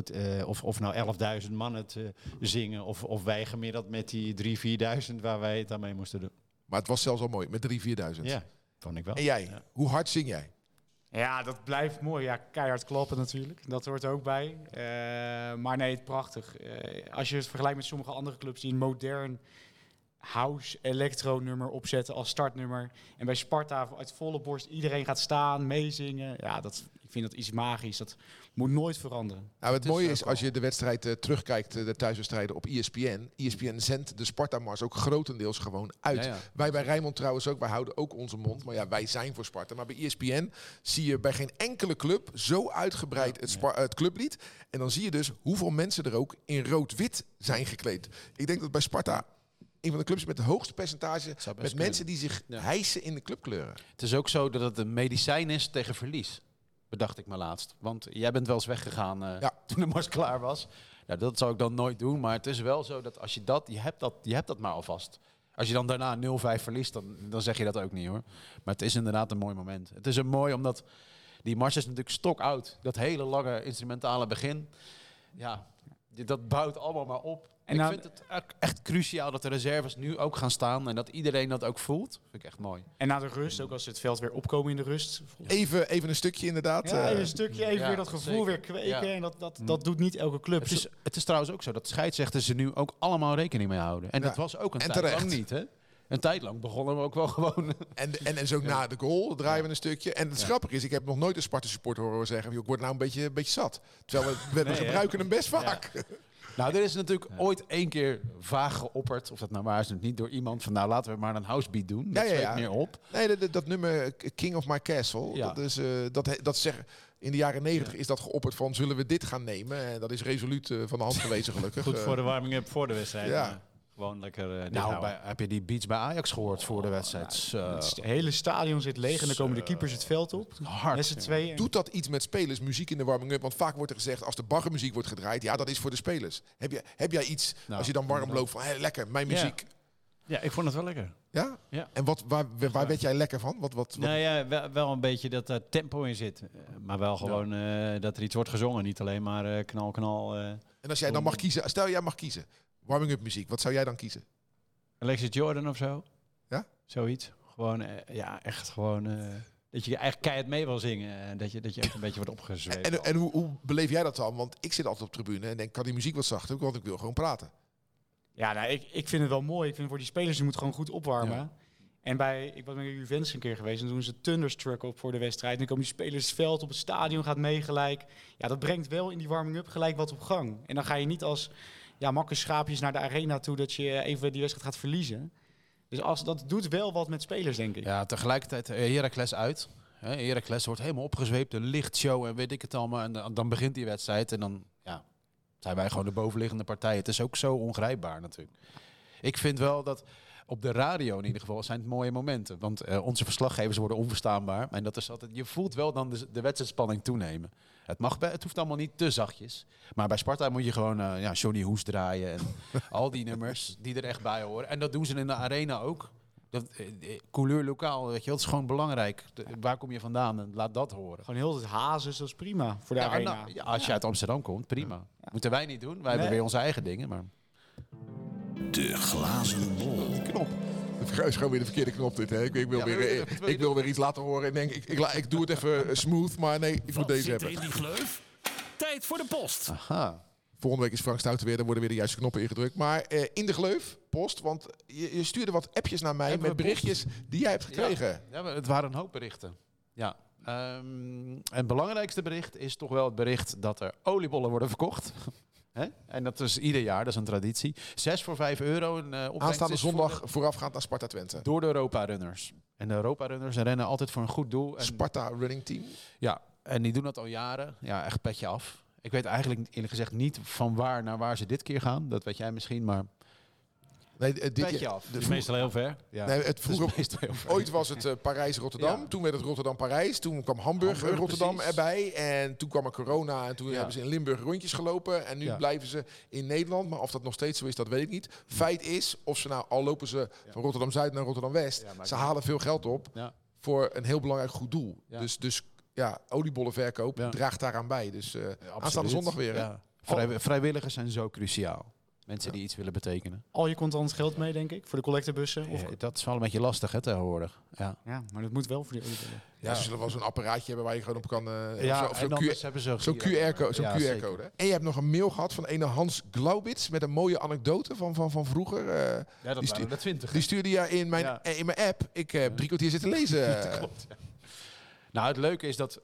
F: Of nou 11.000 man het zingen of wij gemiddeld met die 3.000-4.000 waar wij het aan mee moesten doen.
C: Maar het was zelfs al mooi, met 3.000-4.000.
F: Ja, vond ik wel.
C: En jij, hoe hard zing jij?
D: Ja, dat blijft mooi. Ja, keihard kloppen natuurlijk. Dat hoort er ook bij. Maar nee, het prachtig. Als je het vergelijkt met sommige andere clubs die een modern house electro nummer opzetten als startnummer. En bij Sparta uit volle borst iedereen gaat staan, meezingen. Ja, ik vind dat iets magisch. Dat moet nooit veranderen.
C: Nou, het mooie is, als je de wedstrijd terugkijkt, de thuiswedstrijden op ESPN. ESPN zendt de Sparta-mars ook grotendeels gewoon uit. Ja. Wij bij Rijnmond trouwens ook, wij houden ook onze mond. Maar ja, wij zijn voor Sparta. Maar bij ESPN zie je bij geen enkele club zo uitgebreid het clublied. En dan zie je dus hoeveel mensen er ook in rood-wit zijn gekleed. Ik denk dat bij Sparta een van de clubs met het hoogste percentage met mensen die zich hijsen in de clubkleuren.
E: Het is ook zo dat het een medicijn is tegen verlies. Bedacht ik me laatst. Want jij bent wel eens weggegaan toen de mars klaar was. Nou, dat zou ik dan nooit doen. Maar het is wel zo dat als je je hebt dat maar alvast. Als je dan daarna 0-5 verliest, dan zeg je dat ook niet hoor. Maar het is inderdaad een mooi moment. Het is een mooi omdat die mars is natuurlijk stokoud. Dat hele lange instrumentale begin. Ja, dat bouwt allemaal maar op.
D: En
E: Ik
D: nou,
E: vind het echt cruciaal dat de reserves nu ook gaan staan en dat iedereen dat ook voelt. Vind ik echt mooi.
D: en na de rust, ook als ze het veld weer opkomen in de rust.
C: Even een stukje inderdaad.
D: Ja, even een stukje, even
E: ja,
D: weer dat gevoel
E: zeker.
D: weer kweken.
E: Ja.
D: En dat doet niet elke club.
E: Het is trouwens ook zo dat scheidsrechters er nu ook allemaal rekening mee houden. En
C: Ja.
E: dat was ook een
C: En
E: tijd
C: terecht.
E: lang niet, hè? Een tijd lang begonnen we ook wel gewoon...
C: En dus ook na de goal draaien we een stukje. En het grappige is, ik heb nog nooit een Sparta-supporter horen zeggen... "Joh, ik word nou een beetje zat." Terwijl we gebruiken hem best vaak.
E: Nou, er is natuurlijk ooit 1 keer vaag geopperd, of dat nou waar is, niet door iemand van, nou laten we maar een housebeat doen. Dat zweept meer op.
C: Nee, dat nummer King of My Castle,
E: Ja.
C: dat zeggen... In de jaren 90 is dat geopperd van, zullen we dit gaan nemen? En dat is resoluut van de hand gewezen, gelukkig.
F: Goed voor de warming-up voor de wedstrijd.
C: Ja.
F: Gewoon lekker dit
E: Nou,
F: houden.
E: heb je die beats bij Ajax gehoord voor de wedstrijd?
D: Het hele stadion zit leeg en dan komen de keepers het veld op.
E: Hard.
D: Met z'n tweeën.
C: Doet dat iets met spelers, muziek in de warming-up? Want vaak wordt er gezegd, als de baggermuziek wordt gedraaid... ja, dat is voor de spelers. Heb jij iets, als je dan warm loopt, van... "Hey, lekker, mijn muziek."
F: Ja, ik vond het wel lekker.
C: Ja?
F: Ja.
C: En waar werd jij lekker van? Wat?
F: Nou ja, wel een beetje dat er tempo in zit. Maar wel gewoon dat er iets wordt gezongen. Niet alleen maar knal.
C: En als jij dan mag kiezen, stel jij mag kiezen... warming-up muziek, wat zou jij dan kiezen?
F: Alexis Jordan of zo.
C: Ja?
F: Zoiets. Gewoon, echt gewoon... dat je eigenlijk keihard mee wil zingen. Dat je echt een beetje wordt opgezweept.
C: En hoe beleef jij dat dan? Want ik zit altijd op de tribune en denk, kan die muziek wat zachter? Want ik wil gewoon praten.
D: Ja, nou, ik vind het wel mooi. Ik vind voor die spelers, die moeten gewoon goed opwarmen.
E: Ja.
D: En ik was met Juventus een keer geweest en toen doen ze Thunderstruck op voor de wedstrijd. En dan komen die spelers het veld op, het stadion gaat mee gelijk. Ja, dat brengt wel in die warming-up gelijk wat op gang. En dan ga je niet als makke schaapjes naar de arena toe dat je even die wedstrijd gaat verliezen. Dus dat doet wel wat met spelers, denk ik.
E: Ja, tegelijkertijd Heracles uit. Heracles wordt helemaal opgezweept, de lichtshow en weet ik het allemaal. En dan begint die wedstrijd en dan zijn wij gewoon de bovenliggende partij. Het is ook zo ongrijpbaar natuurlijk. Ik vind wel dat op de radio in ieder geval zijn het mooie momenten. Want onze verslaggevers worden onverstaanbaar. En dat is altijd, je voelt wel dan de wedstrijdspanning toenemen. Het hoeft allemaal niet te zachtjes. Maar bij Sparta moet je gewoon Johnny Hoes draaien. En al die nummers die er echt bij horen. En dat doen ze in de arena ook. Couleur lokaal, weet je, dat is gewoon belangrijk. Waar kom je vandaan en laat dat horen.
D: Gewoon heel het hazes, dat is prima voor de arena.
E: Nou, als je uit Amsterdam komt, prima. Moeten wij niet doen. Wij hebben weer onze eigen dingen. Maar...
B: De glazen bol.
C: Knop. Het is gewoon weer de verkeerde knop dit. Hè? Ik wil weer iets laten horen. Ik denk, ik doe het even smooth, maar nee, ik moet
B: Wat
C: deze
B: zit er
C: hebben.
B: in die gleuf? Tijd voor de post.
E: Aha.
C: Volgende week is Frank Stout weer, dan worden weer de juiste knoppen ingedrukt. Maar in de gleuf, post, want je stuurde wat appjes naar mij
E: Hebben
C: met
E: we
C: berichtjes die jij hebt gekregen.
E: Ja, maar het waren een hoop berichten. Ja. En het belangrijkste bericht is toch wel het bericht dat er oliebollen worden verkocht. Hè? En dat is ieder jaar, dat is een traditie. 6 voor €5.
C: Aanstaande zondag voorafgaand naar Sparta Twente.
E: Door de Europa-runners. En de Europa-runners rennen altijd voor een goed doel. En,
C: Sparta Running Team.
E: ja, en die doen dat al jaren. Ja, echt petje af. Ik weet eigenlijk eerlijk gezegd niet van waar naar waar ze dit keer gaan. Dat weet jij misschien, maar
C: Nee,
E: petje af.
F: Het is meestal heel ver.
E: Ja.
C: Nee, het vroeger,
E: is meestal heel ver.
C: ooit was het Parijs-Rotterdam.
E: Ja.
C: Toen werd het Rotterdam-Parijs. Toen kwam Hamburg-Rotterdam
E: precies.
C: erbij. En toen kwam er corona. En toen
E: Ja.
C: hebben ze in Limburg rondjes gelopen. En nu
E: Ja.
C: blijven ze in Nederland. Maar of dat nog steeds zo is, dat weet ik niet. Feit is, of ze nou al lopen ze van Rotterdam-Zuid naar Rotterdam-West.
E: Ja, maakt
C: Ze
E: niet
C: halen veel geld op
E: Ja.
C: voor een heel belangrijk goed doel.
E: Ja.
C: Dus oliebollenverkoop
E: Ja.
C: draagt daaraan bij. Dus aanstaande
E: Absoluut.
C: zondag weer. Hè?
E: Ja. Vrijwilligers zijn zo cruciaal. Mensen die iets willen betekenen.
D: Al je contant geld mee, denk ik, voor de collectebussen. Of...
E: Dat is wel een beetje lastig hè, tegenwoordig. Ja.
D: Ja, maar dat moet wel voor die oliebollen.
C: Ja, ze zullen wel zo'n apparaatje hebben waar je gewoon op kan...
E: Ja,
C: of
E: en anders hebben ze
C: Zo'n QR-code.
E: Ja, zeker.
C: En je hebt nog een mail gehad van ene Hans Glaubitz met een mooie anekdote van vroeger.
E: Ja, dat
C: die
E: waren de 20.
C: Die stuurde je in mijn app. Ik heb 3 kwartier zitten lezen.
E: Klopt, ja. Nou, het leuke is dat...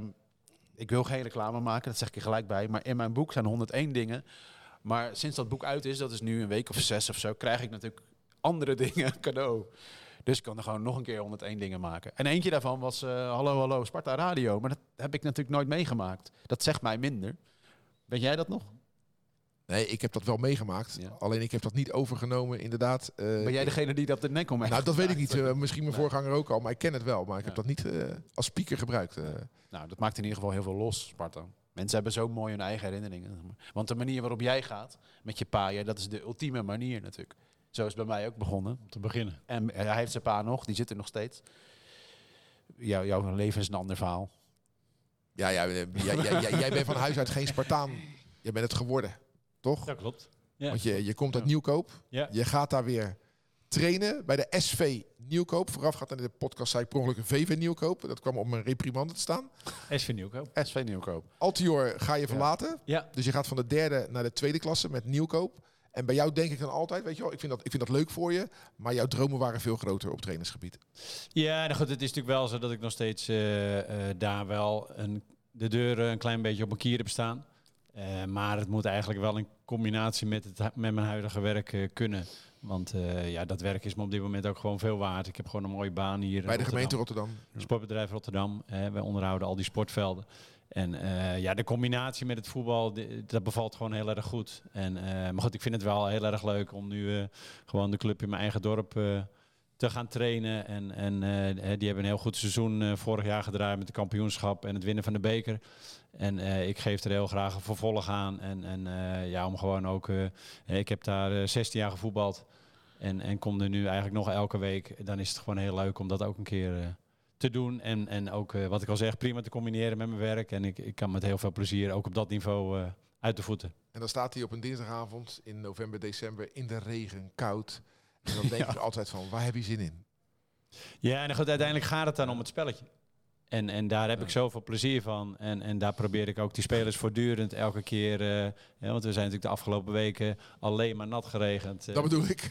E: ik wil geen reclame maken, dat zeg ik er gelijk bij. Maar in mijn boek zijn 101 dingen. Maar sinds dat boek uit is, dat is nu een week of 6 of zo... krijg ik natuurlijk andere dingen cadeau. Dus ik kan er gewoon nog een keer 101 dingen maken. En eentje daarvan was Hallo Sparta Radio. Maar dat heb ik natuurlijk nooit meegemaakt. Dat zegt mij minder. Weet jij dat nog?
C: Nee, ik heb dat wel meegemaakt.
E: Ja.
C: Alleen ik heb dat niet overgenomen, inderdaad.
E: Ben jij degene die dat de nek om heeft?
C: Nou, dat weet ik niet. Misschien mijn voorganger ook al, maar ik ken het wel. Maar ik heb dat niet als speaker gebruikt.
E: Nou, dat maakt in ieder geval heel veel los, Sparta. Mensen hebben zo mooi hun eigen herinneringen. Want de manier waarop jij gaat met je pa, dat is de ultieme manier natuurlijk. Zo is het bij mij ook begonnen.
F: Om te beginnen.
E: En hij heeft zijn pa nog, die zit er nog steeds. Jouw leven is een ander verhaal.
C: Ja, jij bent van huis uit geen Spartaan. Jij bent het geworden, toch?
F: Dat klopt. Ja.
C: Want je komt uit Nieuwkoop.
F: Ja.
C: Je gaat daar weer trainen bij de SV Nieuwkoop. Vooraf gaat in de podcast zei ik per ongeluk een VV Nieuwkoop. Dat kwam op mijn reprimande te staan.
F: SV Nieuwkoop.
E: SV Nieuwkoop.
C: Altior ga je verlaten.
F: Ja.
C: Dus je gaat van de 3e naar de 2e klasse met Nieuwkoop. En bij jou denk ik dan altijd, weet je wel, ik vind dat leuk voor je. Maar jouw dromen waren veel groter op trainersgebied.
F: Ja, nou goed, het is natuurlijk wel zo dat ik nog steeds daar wel de deuren een klein beetje op mijn kier heb staan. Maar het moet eigenlijk wel in combinatie met mijn huidige werk kunnen. Want dat werk is me op dit moment ook gewoon veel waard. Ik heb gewoon een mooie baan hier.
C: Bij de gemeente Rotterdam.
F: Sportbedrijf Rotterdam. Wij onderhouden al die sportvelden. En de combinatie met het voetbal, dat bevalt gewoon heel erg goed. Maar goed, ik vind het wel heel erg leuk om nu gewoon de club in mijn eigen dorp te gaan trainen. Die hebben een heel goed seizoen vorig jaar gedraaid met de kampioenschap en het winnen van de beker. En ik geef er heel graag een vervolg aan. Om gewoon ook... ik heb daar 16 jaar gevoetbald. En kom er nu eigenlijk nog elke week. Dan is het gewoon heel leuk om dat ook een keer te doen. En ook, wat ik al zeg, prima te combineren met mijn werk. En ik kan met heel veel plezier ook op dat niveau uit de voeten.
C: En dan staat hij op een dinsdagavond in november, december in de regen, koud. En dan denk je altijd van, waar heb je zin in?
F: Ja, en goed, uiteindelijk gaat het dan om het spelletje. En daar heb ik zoveel plezier van. En daar probeer ik ook die spelers voortdurend elke keer... want we zijn natuurlijk de afgelopen weken alleen maar nat geregend.
C: Dat bedoel ik.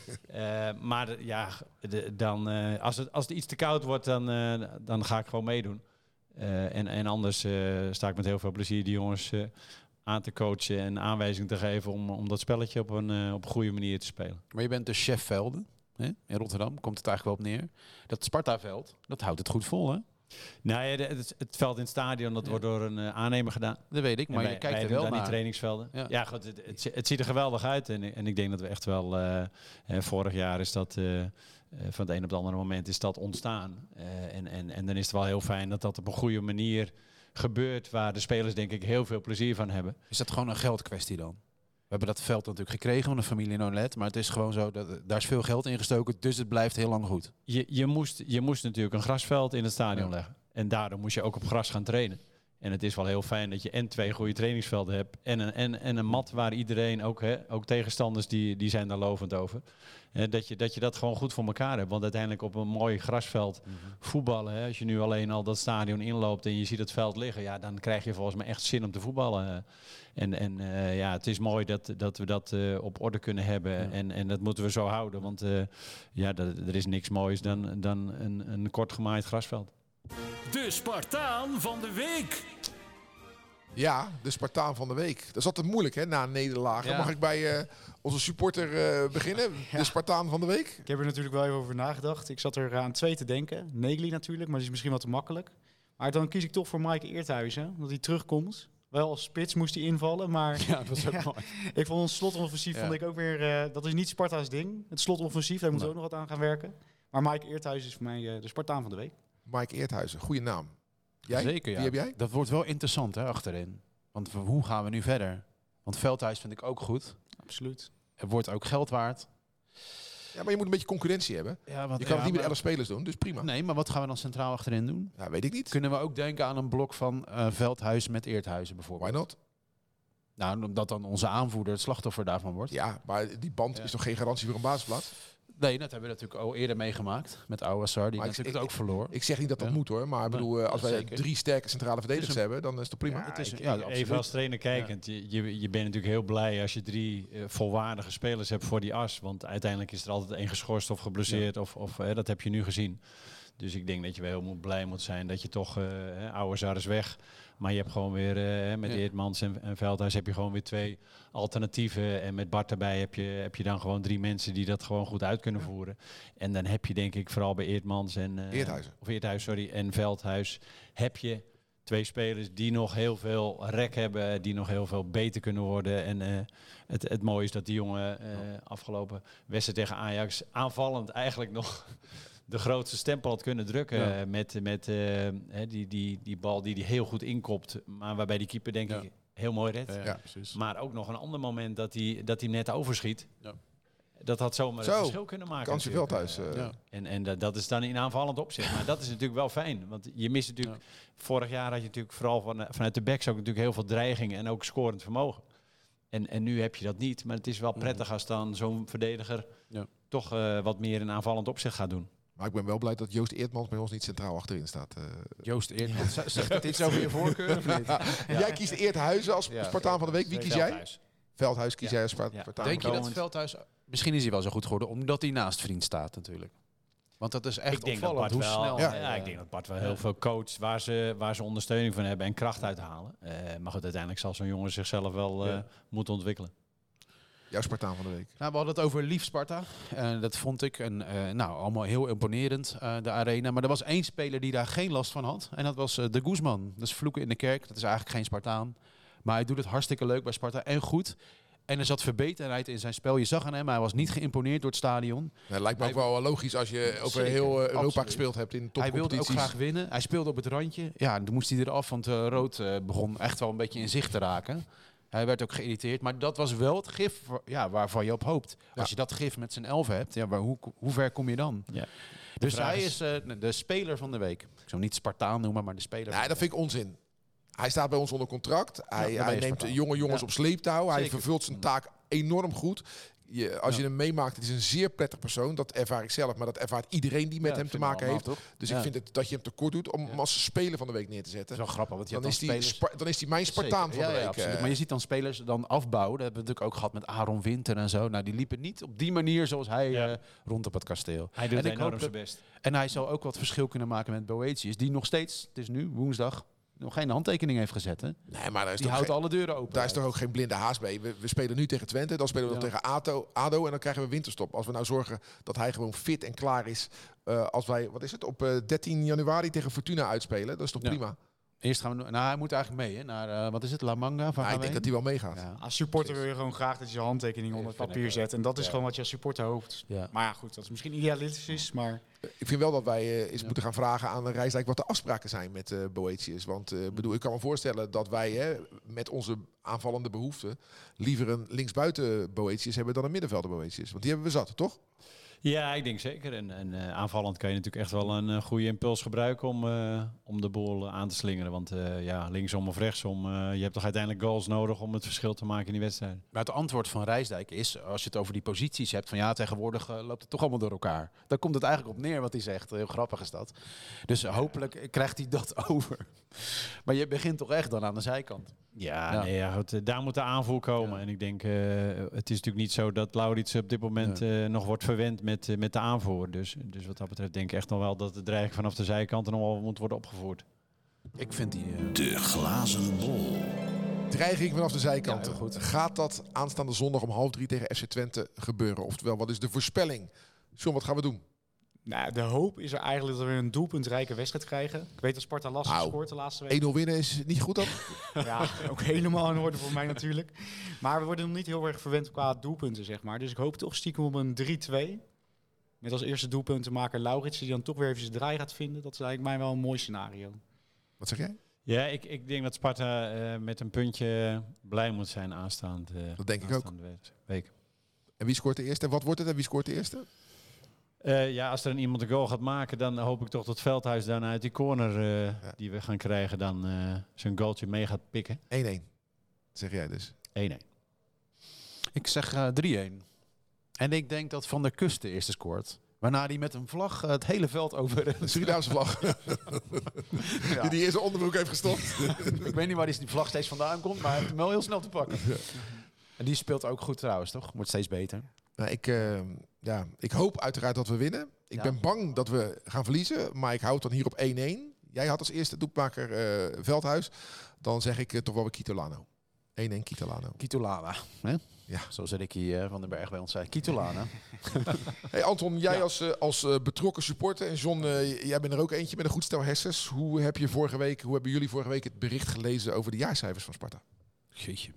F: Als het iets te koud wordt, dan ga ik gewoon meedoen. En anders sta ik met heel veel plezier die jongens aan te coachen en aanwijzingen te geven om dat spelletje op een goede manier te spelen.
E: Maar je bent de chef velden, hè? In Rotterdam, komt het eigenlijk wel op neer. Dat Sparta-veld, dat houdt het goed vol, hè?
F: Nou ja, het veld in het stadion, dat wordt door een aannemer gedaan.
E: Dat weet ik, maar je kijkt er wel naar.
F: Die trainingsvelden. Ja, goed, het ziet er geweldig uit. En ik denk dat we echt wel... vorig jaar is dat... van het een op het andere moment is dat ontstaan. En dan is het wel heel fijn dat dat op een goede manier gebeurt, waar de spelers denk ik heel veel plezier van hebben.
E: Is dat gewoon een geldkwestie dan? We hebben dat veld natuurlijk gekregen van de familie Nolet, maar het is gewoon zo, daar is veel geld in gestoken, dus het blijft heel lang goed.
F: Je moest natuurlijk een grasveld in het stadion leggen. En daardoor moest je ook op gras gaan trainen. En het is wel heel fijn dat je en 2 goede trainingsvelden hebt en een mat waar iedereen, ook tegenstanders, die zijn daar lovend over. Dat je dat gewoon goed voor elkaar hebt. Want uiteindelijk op een mooi grasveld voetballen, als je nu alleen al dat stadion inloopt en je ziet het veld liggen, ja, dan krijg je volgens mij echt zin om te voetballen. Het is mooi dat we dat op orde kunnen hebben. En dat moeten we zo houden. Want er is niks moois dan een kort gemaaid grasveld.
B: De Spartaan van de week.
C: Ja, de Spartaan van de week. Dat is altijd moeilijk, hè, na een nederlaag.
E: Ja.
C: Mag ik bij onze supporter beginnen? De Spartaan van de week?
D: Ik heb er natuurlijk wel even over nagedacht. Ik zat er aan 2 te denken. Negli natuurlijk, maar die is misschien wat te makkelijk. Maar dan kies ik toch voor Mike Eerthuizen, omdat hij terugkomt. Wel als spits moest hij invallen, maar
E: Ja, dat was ook mooi.
D: ik vond ons slotoffensief vond ik ook weer... dat is niet Sparta's ding, het slotoffensief. Daar moeten we ook nog wat aan gaan werken. Maar Mike Eerthuizen is voor mij de Spartaan van de week.
C: Mike Eerthuizen, goede naam. Jij?
E: Zeker, ja.
C: Wie heb jij?
E: Dat wordt wel interessant, hè, achterin. Want hoe gaan we nu verder? Want Veldhuis vind ik ook goed.
D: Absoluut.
E: Het wordt ook geld waard.
C: Ja, maar je moet een beetje concurrentie hebben.
E: Ja, want,
C: Je kan het niet met 11 spelers doen, dus prima.
E: Nee, maar wat gaan we dan centraal achterin doen?
C: Ja, weet ik niet.
E: Kunnen we ook denken aan een blok van Veldhuis met Eerthuizen
C: Why
E: bijvoorbeeld?
C: not?
E: Nou, omdat dan onze aanvoerder het slachtoffer daarvan wordt.
C: Ja, maar die band is toch geen garantie voor een basisplaats?
E: Nee, dat hebben we natuurlijk al eerder meegemaakt met Ouassar, die
C: Maar
E: natuurlijk
C: ik-
E: het ook verloor.
C: Ik zeg niet dat dat
E: Ja.
C: moet hoor, maar ik
E: Nee,
C: bedoel, als wij
E: zeker.
C: 3 sterke centrale verdedigers
E: Het is
C: hebben, dan is het toch prima?
E: het is,
F: Even
E: absoluut.
F: als trainer kijkend. Je bent natuurlijk heel blij als je 3 volwaardige spelers hebt voor die as. Want uiteindelijk is er altijd 1 geschorst of geblesseerd. Of dat heb je nu gezien. Dus ik denk dat je wel blij moet zijn dat je toch... Ouassar is weg. Maar je hebt gewoon weer met Eertmans en Veldhuis heb je gewoon weer 2 alternatieven. En met Bart erbij heb je dan gewoon 3 mensen die dat gewoon goed uit kunnen voeren. En dan heb je denk ik vooral bij Eertmans en... Eerthuis en Veldhuis heb je 2 spelers die nog heel veel rek hebben, die nog heel veel beter kunnen worden. En het mooie is dat die jongen afgelopen wedstrijd tegen Ajax aanvallend eigenlijk nog de grootste stempel had kunnen drukken. Met die bal die hij heel goed inkopt, maar waarbij die keeper denk ik heel mooi redt.
C: Ja,
E: precies.
F: Maar ook nog een ander moment dat hij net overschiet.
E: Ja.
F: Dat had zomaar het verschil kunnen maken.
C: Kansje
F: natuurlijk.
C: Veldhuis.
F: En dat is dan in aanvallend opzicht. Maar dat is natuurlijk wel fijn. Want je mist natuurlijk... Vorig jaar had je natuurlijk vooral vanuit de backs ook natuurlijk heel veel dreigingen en ook scorend vermogen. En nu heb je dat niet. Maar het is wel prettig als dan zo'n verdediger toch wat meer in aanvallend opzicht gaat doen.
C: Maar ik ben wel blij dat Joost Eertmans bij ons niet centraal achterin staat.
E: Joost Eertmans. Zegt het iets over je voorkeur of niet?
C: Jij kiest Eerthuizen als Spartaan van de week. Wie kies jij? Veldhuis kies jij als Spartaan.
E: Denk je dat Veldhuis... Misschien is hij wel zo goed geworden, omdat hij naast Vriend staat natuurlijk. Want dat is echt opvallend hoe snel...
F: Ik denk dat Bart wel heel veel coacht waar ze ondersteuning van hebben en kracht uithalen. Maar goed, uiteindelijk zal zo'n jongen zichzelf wel moeten ontwikkelen.
C: Jouw Spartaan van de week.
E: Nou, we hadden het over lief Sparta. Dat vond ik allemaal heel imponerend, de arena. Maar er was één speler die daar geen last van had. En dat was de Guzman. Dat is vloeken in de kerk. Dat is eigenlijk geen Spartaan. Maar hij doet het hartstikke leuk bij Sparta en goed. En er zat verbeterheid in zijn spel. Je zag aan hem, hij was niet geïmponeerd door het stadion.
C: Het lijkt me ook wel logisch als je over heel Europa gespeeld hebt in topcompetities.
E: Hij wilde ook graag winnen. Hij speelde op het randje. Ja, toen moest hij eraf, want rood begon echt wel een beetje in zicht te raken. Hij werd ook geïrriteerd. Maar dat was wel het gif waarvan je op hoopt. Als je dat gif met zijn 11 hebt, hoe ver kom je dan? Ja. Dus hij is de speler van de week. Ik zou niet Spartaan noemen, maar de speler.
C: Nee, dat vind ik onzin. Hij staat bij ons onder contract. Hij neemt jonge jongens op sleeptouw. Hij vervult zijn taak enorm goed. Als je hem meemaakt, het is een zeer prettig persoon. Dat ervaar ik zelf, maar dat ervaart iedereen die met hem te maken heeft. Dus ik vind dat je hem tekort doet om hem als speler van de week neer te zetten.
E: Dat is wel grappig, want
C: dan is hij mijn Spartaan van de week.
E: Absoluut. Maar je ziet dan spelers dan afbouwen. Dat hebben we natuurlijk ook gehad met Aaron Winter en zo. Nou, die liepen niet op die manier zoals hij rond op het kasteel.
F: Hij doet enorm zijn best.
E: En hij zal ook wat verschil kunnen maken met Boetius. Die nog steeds, het is nu woensdag, nog geen handtekening heeft gezet. Hè?
C: Nee, maar
E: die houdt alle deuren open.
C: Daar is toch ook geen blinde haas mee. We spelen nu tegen Twente, dan spelen we nog tegen ADO en dan krijgen we winterstop. Als we nou zorgen dat hij gewoon fit en klaar is. Als wij, op 13 januari tegen Fortuna uitspelen, dat is toch prima?
E: Eerst gaan we... hij moet eigenlijk mee, hè, naar, wat is het, La Manga?
C: Ik denk dat hij wel meegaat.
D: Ja. Als supporter wil je gewoon graag dat je handtekening onder het papier zet. En dat is gewoon wat je als supporter hoopt. Ja. Maar ja, goed, dat is misschien idealistisch, maar...
C: Ik vind wel dat wij eens moeten gaan vragen aan Rijsdijk wat de afspraken zijn met Boetius. Want ik kan me voorstellen dat wij met onze aanvallende behoeften liever een linksbuiten Boetius hebben dan een middenvelder Boetius. Want die hebben we zat, toch?
F: Ja, ik denk zeker. En aanvallend kan je natuurlijk echt wel een goede impuls gebruiken om de boel aan te slingeren. Want linksom of rechtsom, je hebt toch uiteindelijk goals nodig om het verschil te maken in die wedstrijd.
E: Maar het antwoord van Rijsdijk is, als je het over die posities hebt, van tegenwoordig loopt het toch allemaal door elkaar. Daar komt het eigenlijk op neer wat hij zegt. Heel grappig is dat. Dus hopelijk krijgt hij dat over. Maar je begint toch echt dan aan de zijkant.
F: Goed, daar moet de aanvoer komen. Ja. En ik denk, het is natuurlijk niet zo dat Laurits op dit moment nog wordt verwend met de aanvoer. Dus wat dat betreft denk ik echt nog wel dat de dreiging vanaf de zijkant nog wel moet worden opgevoerd.
E: Ik vind die...
B: De glazen bol.
C: Dreiging vanaf de zijkant. Gaat dat aanstaande zondag om 2:30 tegen FC Twente gebeuren? Oftewel, wat is de voorspelling? John, wat gaan we doen?
D: Nou, de hoop is er eigenlijk dat we een doelpuntrijke wedstrijd krijgen. Ik weet dat Sparta lastig scoort de laatste week. 1-0
C: winnen is niet goed dan?
D: Ja, ook helemaal in orde voor mij natuurlijk. Maar we worden nog niet heel erg verwend qua doelpunten, zeg maar. Dus ik hoop toch stiekem op een 3-2. Met als eerste doelpuntenmaker Laurits, die dan toch weer even zijn draai gaat vinden. Dat is eigenlijk mij wel een mooi scenario.
C: Wat zeg jij?
F: Ja, ik denk dat Sparta met een puntje blij moet zijn aanstaande
C: dat denk ik ook.
F: Week.
C: En wie scoort de eerste? En wat wordt het en wie scoort de eerste?
F: Als er iemand een goal gaat maken, dan hoop ik toch dat Veldhuis dan uit die corner die we gaan krijgen, dan zijn goaltje mee gaat pikken.
C: 1-1, zeg jij dus.
F: 1-1.
E: Ik zeg 3-1. En ik denk dat Van der Kust de eerste scoort. Waarna hij met een vlag het hele veld over...
C: De Surinaamse vlag. Die in zijn onderbroek heeft gestopt.
E: Ik weet niet waar die vlag steeds vandaan komt, maar hij heeft hem wel heel snel te pakken. Ja. En die speelt ook goed trouwens, toch? Wordt steeds beter.
C: Nou, ik hoop uiteraard dat we winnen. Ik ben bang dat we gaan verliezen, maar ik houd dan hier op 1-1. Jij had als eerste doelmaker Veldhuis. Dan zeg ik toch wel weer Kitolano. 1-1 Kitolano.
E: Kitolana, hè? Ja. Zoals Ricky van den Berg bij ons zei. Kitolana.
C: Hey Anton, jij als betrokken supporter en John, jij bent er ook eentje met een goed stel hersens. Hoe hebben jullie vorige week het bericht gelezen over de jaarcijfers van Sparta?
E: Jeetje.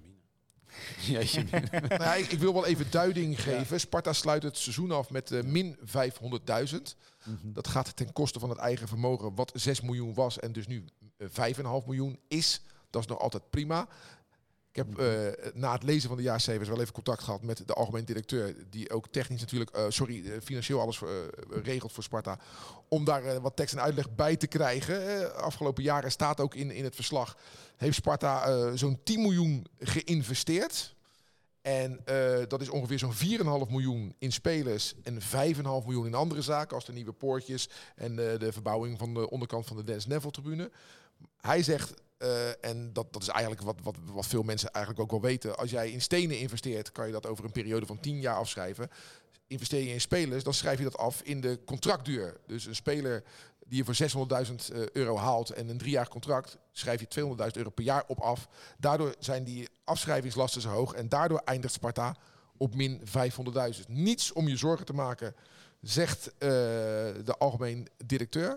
C: Ik wil wel even duiding geven. Ja. Sparta sluit het seizoen af met min 500.000. Mm-hmm. Dat gaat ten koste van het eigen vermogen, wat 6 miljoen was en dus nu 5,5 miljoen is. Dat is nog altijd prima. Ik heb na het lezen van de jaarcijfers wel even contact gehad met de algemeen directeur, die ook technisch natuurlijk, financieel alles regelt voor Sparta, om daar wat tekst en uitleg bij te krijgen. Afgelopen jaren staat ook in het verslag, heeft Sparta zo'n 10 miljoen geïnvesteerd. En dat is ongeveer zo'n 4,5 miljoen in spelers en 5,5 miljoen in andere zaken, als de nieuwe poortjes en de verbouwing van de onderkant van de Dennis Neville-tribune. Hij zegt, en dat is eigenlijk wat veel mensen eigenlijk ook wel weten, als jij in stenen investeert, kan je dat over een periode van 10 jaar afschrijven. Investeer je in spelers, dan schrijf je dat af in de contractduur. Dus een speler die je voor €600.000 haalt en een 3-jarig contract, schrijf je €200.000 per jaar op af. Daardoor zijn die afschrijvingslasten zo hoog en daardoor eindigt Sparta op min 500.000. Niets om je zorgen te maken, zegt de algemeen directeur.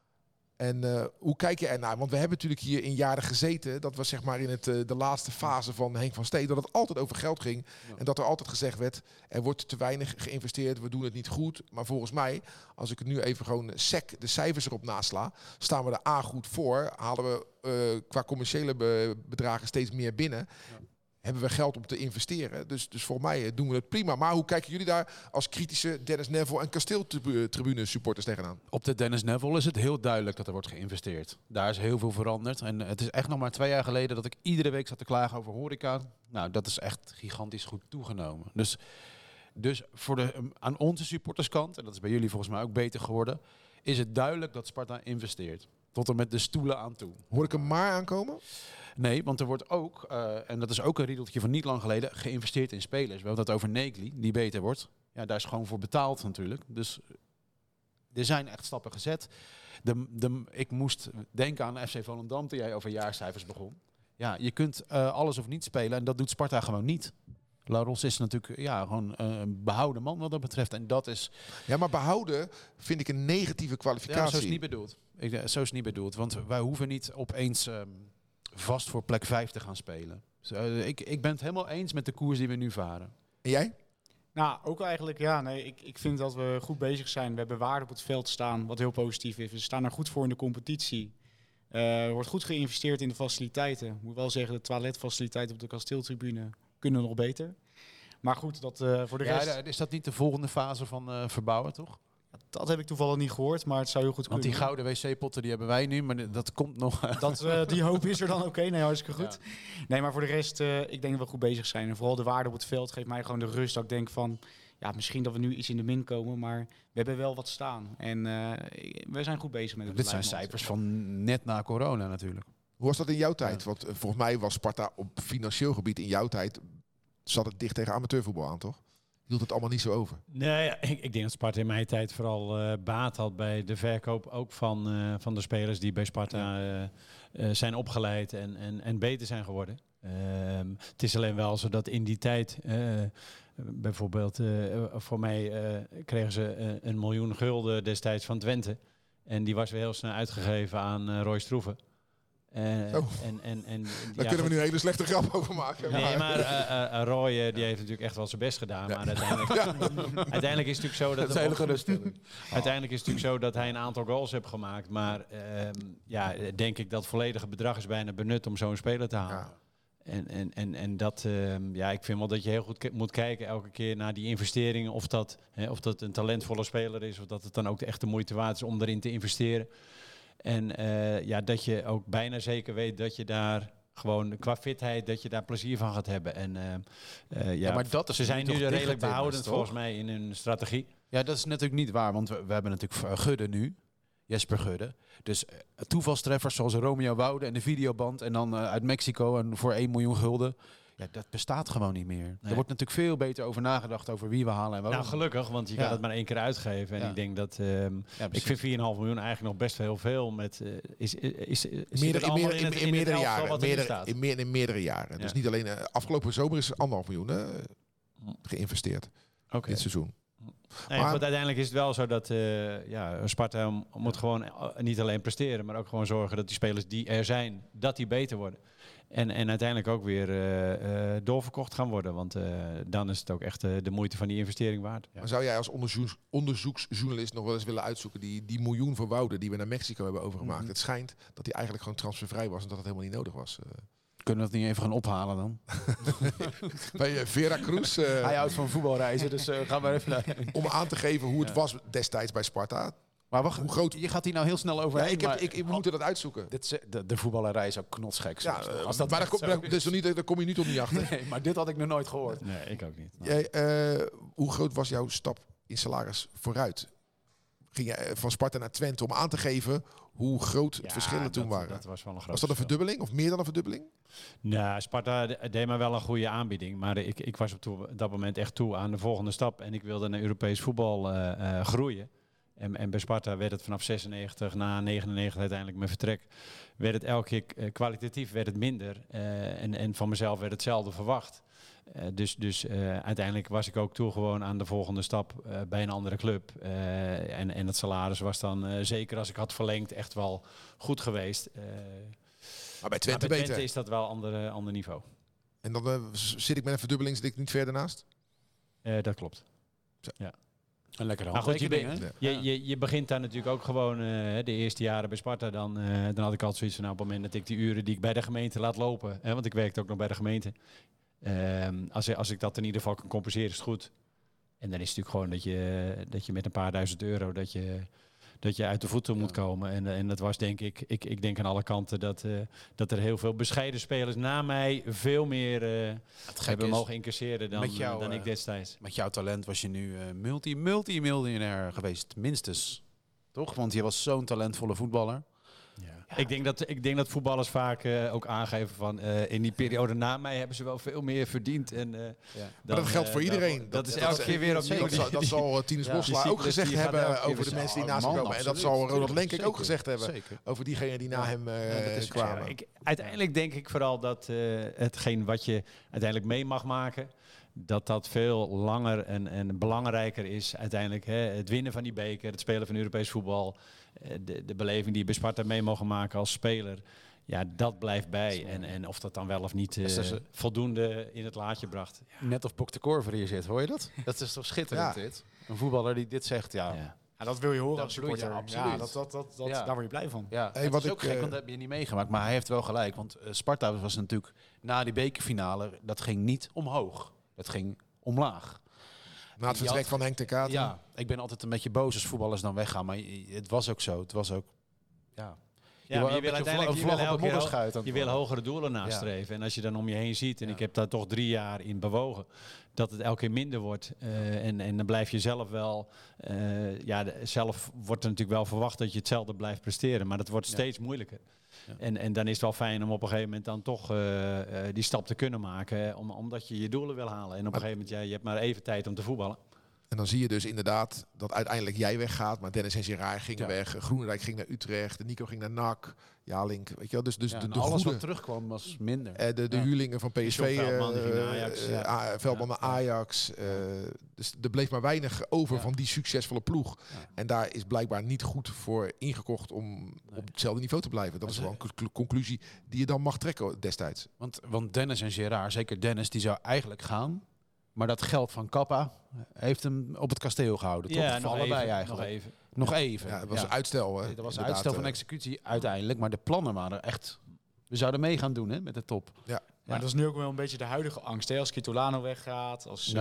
C: En hoe kijk je ernaar? Want we hebben natuurlijk hier in jaren gezeten, dat was zeg maar in de laatste fase van Henk van Stee, dat het altijd over geld ging. Ja. En dat er altijd gezegd werd, er wordt te weinig geïnvesteerd, we doen het niet goed. Maar volgens mij, als ik het nu even gewoon sec de cijfers erop nasla, staan we er A goed voor, halen we qua commerciële bedragen steeds meer binnen. Ja. Hebben we geld om te investeren. Dus volgens mij doen we het prima. Maar hoe kijken jullie daar als kritische Dennis Neville en Kasteel-tribune supporters tegenaan?
E: Op de Dennis Neville is het heel duidelijk dat er wordt geïnvesteerd. Daar is heel veel veranderd. En het is echt nog maar 2 jaar geleden dat ik iedere week zat te klagen over horeca. Nou, dat is echt gigantisch goed toegenomen. Dus voor aan onze supporterskant, en dat is bij jullie volgens mij ook beter geworden, is het duidelijk dat Sparta investeert. Tot en met de stoelen aan toe.
C: Hoor ik hem maar aankomen?
E: Nee, want er wordt ook, en dat is ook een riedeltje van niet lang geleden, geïnvesteerd in spelers. We hebben dat over Negli, die beter wordt. Ja, daar is gewoon voor betaald natuurlijk. Dus er zijn echt stappen gezet. Ik moest denken aan FC Volendam toen jij over jaarcijfers begon. Ja, je kunt alles of niet spelen en dat doet Sparta gewoon niet. La Ros is natuurlijk gewoon een behouden man wat dat betreft. En dat is...
C: Ja, maar behouden vind ik een negatieve kwalificatie.
E: Ja, zo is het niet bedoeld. Zo is het niet bedoeld. Want wij hoeven niet opeens vast voor plek 5 te gaan spelen. Ik ben het helemaal eens met de koers die we nu varen.
C: En jij?
D: Nou, ook eigenlijk, ja. Nee, ik vind dat we goed bezig zijn. We hebben waarde op het veld staan, wat heel positief is. We staan er goed voor in de competitie. Er wordt goed geïnvesteerd in de faciliteiten. Ik moet wel zeggen, de toiletfaciliteiten op de Kasteeltribune kunnen nog beter. Maar goed, dat voor de rest...
E: Ja, is dat niet de volgende fase van verbouwen, toch?
D: Dat heb ik toevallig niet gehoord, maar het zou heel goed kunnen.
E: Want die gouden wc-potten die hebben wij nu, maar dat komt nog.
D: Die hoop is er dan oké. Nee, hartstikke goed. Ja. Nee, maar voor de rest, ik denk dat we goed bezig zijn. En vooral de waarde op het veld geeft mij gewoon de rust dat ik denk van... Ja, misschien dat we nu iets in de min komen, maar we hebben wel wat staan. En we zijn goed bezig met het
E: Dit zijn cijfers van net na corona natuurlijk.
C: Hoe was dat in jouw tijd? Want volgens mij was Sparta op financieel gebied in jouw tijd... zat het dicht tegen amateurvoetbal aan, toch? Hield het allemaal niet zo over?
F: Nee, ik denk dat Sparta in mijn tijd vooral baat had bij de verkoop ook van de spelers die bij Sparta zijn opgeleid en beter zijn geworden. Het is alleen wel zo dat in die tijd, bijvoorbeeld voor mij kregen ze $1 miljoen destijds van Twente. En die was weer heel snel uitgegeven aan Roy Stroeven.
C: Daar kunnen we nu een hele slechte grap over maken.
F: Nee, maar Roy die heeft natuurlijk echt wel zijn best gedaan. Ja. Maar uiteindelijk is het natuurlijk zo dat... Uiteindelijk is het natuurlijk zo dat hij een aantal goals heeft gemaakt. Maar denk ik dat het volledige bedrag is bijna benut om zo'n speler te halen. Ja. En dat, ik vind wel dat je heel goed moet kijken elke keer naar die investeringen. Of dat een talentvolle speler is, of dat het dan ook echt de moeite waard is om erin te investeren. En dat je ook bijna zeker weet dat je daar gewoon qua fitheid, dat je daar plezier van gaat hebben. En
E: maar dat is
F: ze zijn nu redelijk behoudend volgens mij in hun strategie.
E: Ja, dat is natuurlijk niet waar, want we hebben natuurlijk Gudde nu. Jesper Gudde. Dus toevalstreffers zoals Romeo Woude en de videoband en dan uit Mexico en voor $1 miljoen. Ja, dat bestaat gewoon niet meer. Nee. Er wordt natuurlijk veel beter over nagedacht over wie we halen en waarom.
F: Nou, gelukkig, want je kan het maar 1 keer uitgeven. En ik denk dat... ik vind $4,5 miljoen eigenlijk nog best heel veel. Met, in
C: meerdere jaren. Ja. Dus niet alleen... afgelopen zomer is $1,5 miljoen geïnvesteerd. Dit seizoen.
F: Nee, want uiteindelijk is het wel zo dat Sparta moet gewoon niet alleen presteren, maar ook gewoon zorgen dat die spelers die er zijn, dat die beter worden. En uiteindelijk ook weer doorverkocht gaan worden. Want dan is het ook echt de moeite van die investering waard. Ja.
C: Maar zou jij als onderzoeksjournalist nog wel eens willen uitzoeken die $1 miljoen voor Woude die we naar Mexico hebben overgemaakt? Mm-hmm. Het schijnt dat hij eigenlijk gewoon transfervrij was en dat het helemaal niet nodig was.
E: Kunnen we dat niet even gaan ophalen dan?
C: Bij Veracruz.
E: Hij houdt van voetbalreizen, dus gaan we even naar...
C: Om aan te geven hoe het was destijds bij Sparta.
E: Maar wacht,
C: Hoe groot...
E: je gaat hier nou heel snel overheen.
C: we moeten dat uitzoeken.
E: De voetballerij is ook knotsgek.
C: Ja,
E: soms.
C: als dat maar daar kom je niet op niet achter.
E: Nee, maar dit had ik nog nooit gehoord.
F: Nee, ik ook niet.
C: Hoe groot was jouw stap in salaris vooruit? Ging je van Sparta naar Twente om aan te geven hoe groot het verschillen toen waren?
F: Dat was wel een groot
C: Was dat een verdubbeling of meer dan een verdubbeling?
F: Nou, Sparta deed me wel een goede aanbieding. Maar ik was op dat moment echt toe aan de volgende stap. En ik wilde naar Europees voetbal groeien. En bij Sparta werd het vanaf 96, na 99 uiteindelijk mijn vertrek, werd het elke keer kwalitatief werd het minder. En van mezelf werd hetzelfde verwacht. Dus uiteindelijk was ik ook toe gewoon aan de volgende stap bij een andere club. En het salaris was dan, zeker als ik had verlengd, echt wel goed geweest.
C: Maar bij Twente beter.
F: Twente is dat wel ander niveau.
C: En dan zit ik met een verdubbeling, zit ik niet verder naast?
F: Dat klopt. Ja.
E: Een lekkere
F: Maar goed,
E: handtekening,
F: je begint daar natuurlijk ook gewoon de eerste jaren bij Sparta. Dan had ik altijd zoiets van, op het moment dat ik die uren die ik bij de gemeente laat lopen, want ik werkte ook nog bij de gemeente. Als ik dat in ieder geval kan compenseren, is het goed. En dan is het natuurlijk gewoon dat je met een paar duizend euro dat je uit de voeten moet komen. En dat was denk ik denk aan alle kanten dat er heel veel bescheiden spelers na mij veel meer hebben mogen incasseren dan ik destijds.
E: Met jouw talent was je nu multi-miljonair geweest, minstens. Toch? Want je was zo'n talentvolle voetballer.
F: Ja. Ik denk dat voetballers vaak ook aangeven van in die periode na mij hebben ze wel veel meer verdiend.
C: Maar dat geldt voor iedereen.
F: Dat is elke keer weer opnieuw.
C: Dat zal Tinus Bosla ook gezegd hebben over de mensen die naast hem komen. En dat zal Ronald Lenk ook gezegd hebben over diegenen die na hem kwamen.
F: Uiteindelijk denk ik vooral dat hetgeen wat je uiteindelijk mee mag maken, dat veel langer en belangrijker is uiteindelijk. Het winnen van die beker, het spelen van Europees voetbal, de beleving die je bij Sparta mee mogen maken als speler. Ja, dat blijft bij. En of dat dan wel of niet voldoende in het laadje bracht. Ja.
E: Net of Bok de Korver hier zit, hoor je dat? Dat is toch schitterend dit? Een voetballer die dit zegt, ja,
D: dat wil je horen
E: dat
D: als supporter.
E: Absoluut.
D: Daar word je blij van.
E: Ja, het is ook gek, want dat heb je niet meegemaakt. Maar hij heeft wel gelijk. Want Sparta was natuurlijk na die bekerfinale, dat ging niet omhoog. Dat ging omlaag.
C: Na het vertrek van Henk ten Katen.
E: Ja, ik ben altijd een beetje boos als voetballers dan weggaan. Maar het was ook zo. Het was ook,
F: Ja, maar je wil uiteindelijk
E: je
F: wil hogere doelen nastreven. Ja. En als je dan om je heen ziet, en ik heb daar toch 3 jaar in bewogen, dat het elke keer minder wordt. En dan blijf je zelf wel... zelf wordt er natuurlijk wel verwacht dat je hetzelfde blijft presteren. Maar dat wordt steeds moeilijker. Ja. En dan is het wel fijn om op een gegeven moment dan toch die stap te kunnen maken. Omdat je je doelen wil halen. En op een gegeven moment, je hebt maar even tijd om te voetballen.
C: En dan zie je dus inderdaad dat uiteindelijk jij weggaat. Maar Dennis en Gerard gingen weg. Groenendijk ging naar Utrecht. Nico ging naar NAC. Ja, Link. Weet je wel. Dus de
E: alles
C: goede,
E: wat terugkwam was minder.
C: De huurlingen van PSV.
F: Veldman ging naar Ajax.
C: Veldman naar Ajax. Dus er bleef maar weinig over van die succesvolle ploeg. Ja. En daar is blijkbaar niet goed voor ingekocht om op hetzelfde niveau te blijven. Dat is wel een conclusie die je dan mag trekken destijds.
E: Want Dennis en Gerard, zeker Dennis, die zou eigenlijk gaan. Maar dat geld van Kappa heeft hem op het kasteel gehouden. Toch?
F: Ja,
E: voor allebei eigenlijk. Nog even.
C: Ja, het was uitstel.
E: Dat was uitstel van executie uiteindelijk. Maar de plannen waren echt... We zouden mee gaan doen met de top.
C: Ja.
D: Maar dat is nu ook wel een beetje de huidige angst. Hè? Als Kitolano weggaat, als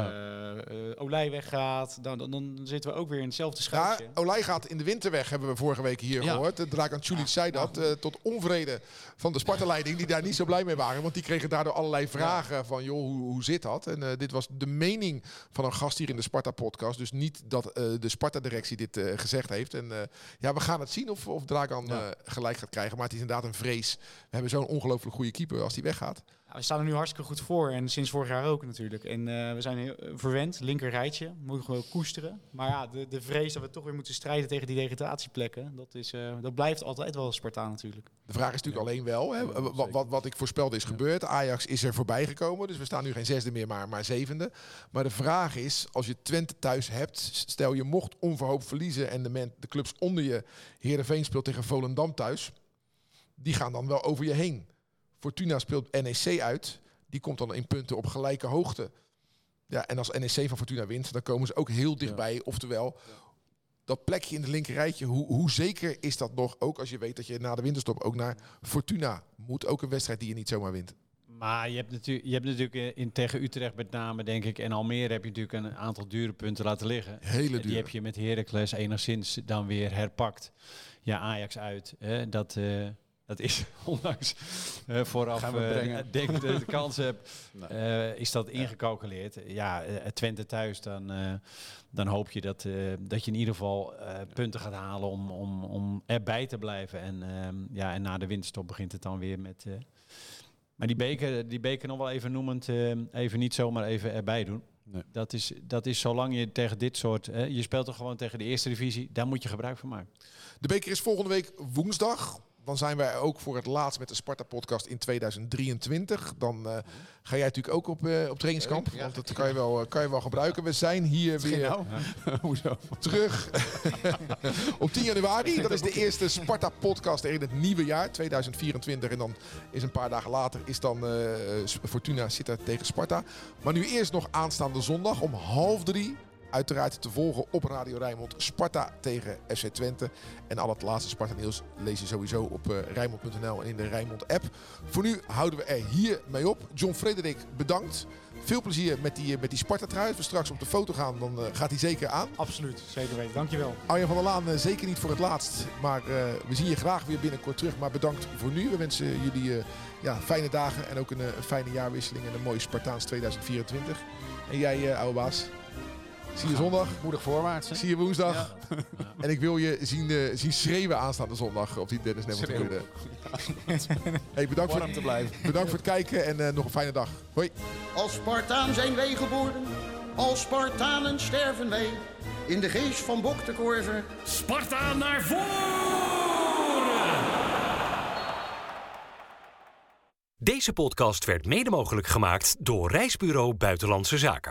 D: Olij weggaat, dan zitten we ook weer in hetzelfde schuitje.
C: Ja, Olij gaat in de winter weg, hebben we vorige week hier gehoord. De Dragan Čulić zei dat, tot onvrede van de Sparta-leiding, die daar niet zo blij mee waren. Want die kregen daardoor allerlei vragen van, joh, hoe zit dat? En dit was de mening van een gast hier in de Sparta-podcast. Dus niet dat de Sparta-directie dit gezegd heeft. En we gaan het zien of Dragan gelijk gaat krijgen. Maar het is inderdaad een vrees. We hebben zo'n ongelooflijk goede keeper als die weggaat.
D: We staan er nu hartstikke goed voor en sinds vorig jaar ook natuurlijk. En we zijn heel verwend, linker rijtje, moeten we gewoon koesteren. Maar de vrees dat we toch weer moeten strijden tegen die degradatieplekken, dat blijft altijd wel Sparta natuurlijk.
C: De vraag is natuurlijk alleen wel, wat ik voorspelde is gebeurd. Ajax is er voorbij gekomen, dus we staan nu geen 6e meer, maar 7e. Maar de vraag is, als je Twente thuis hebt, stel je mocht onverhoopt verliezen en de clubs onder je, Heerenveen speelt tegen Volendam thuis, die gaan dan wel over je heen. Fortuna speelt NEC uit. Die komt dan in punten op gelijke hoogte. Ja, en als NEC van Fortuna wint, dan komen ze ook heel dichtbij. Oftewel, dat plekje in de linkerrijtje, hoe zeker is dat nog? Ook als je weet dat je na de winterstop ook naar Fortuna moet. Ook een wedstrijd die je niet zomaar wint.
F: Maar je hebt natuurlijk tegen Utrecht met name, denk ik, en Almere heb je natuurlijk een aantal dure punten laten liggen.
C: Hele dure.
F: Die heb je met Heracles enigszins dan weer herpakt. Ja, Ajax uit. Dat is ondanks vooraf denk de kans heb, is dat ingecalculeerd. Ja, Twente thuis, dan hoop je dat je in ieder geval punten gaat halen om erbij te blijven. En na de winterstop begint het dan weer met... Maar die beker nog wel even noemend, even niet zomaar even erbij doen. Nee. Dat is zolang je tegen dit soort... je speelt toch gewoon tegen de eerste divisie, daar moet je gebruik van maken.
C: De beker is volgende week woensdag. Dan zijn wij ook voor het laatst met de Sparta-podcast in 2023. Dan ga jij natuurlijk ook op trainingskamp. Want dat kan je wel gebruiken. We zijn hier weer terug op 10 januari. Dat is de eerste Sparta-podcast in het nieuwe jaar, 2024. En dan is een paar dagen later is dan Fortuna Sittard tegen Sparta. Maar nu eerst nog aanstaande zondag om 2:30... uiteraard te volgen op Radio Rijnmond. Sparta tegen FC Twente. En al het laatste Sparta nieuws lees je sowieso op Rijnmond.nl en in de Rijnmond app. Voor nu houden we er hier mee op. John Frederik, bedankt. Veel plezier met die Sparta-trui. Als we straks op de foto gaan, dan gaat hij zeker aan.
D: Absoluut, zeker weten. Dankjewel.
C: Arjan van der Laan, zeker niet voor het laatst. Maar we zien je graag weer binnenkort terug. Maar bedankt voor nu. We wensen jullie fijne dagen en ook een fijne jaarwisseling en een mooi Spartaans 2024. En jij, oude baas? Zie je zondag.
E: Moedig voorwaarts. Hè?
C: Zie je woensdag. Ja. En ik wil je zien schreeuwen aanstaande zondag op die Dennis Nemel. Hey, bedankt voor het kijken en nog een fijne dag. Hoi.
H: Als Spartaan zijn wij geboren. Als Spartanen sterven wij. In de geest van Bok de Korver.
B: Sparta naar voren!
A: Deze podcast werd mede mogelijk gemaakt door Reisbureau Buitenlandse Zaken.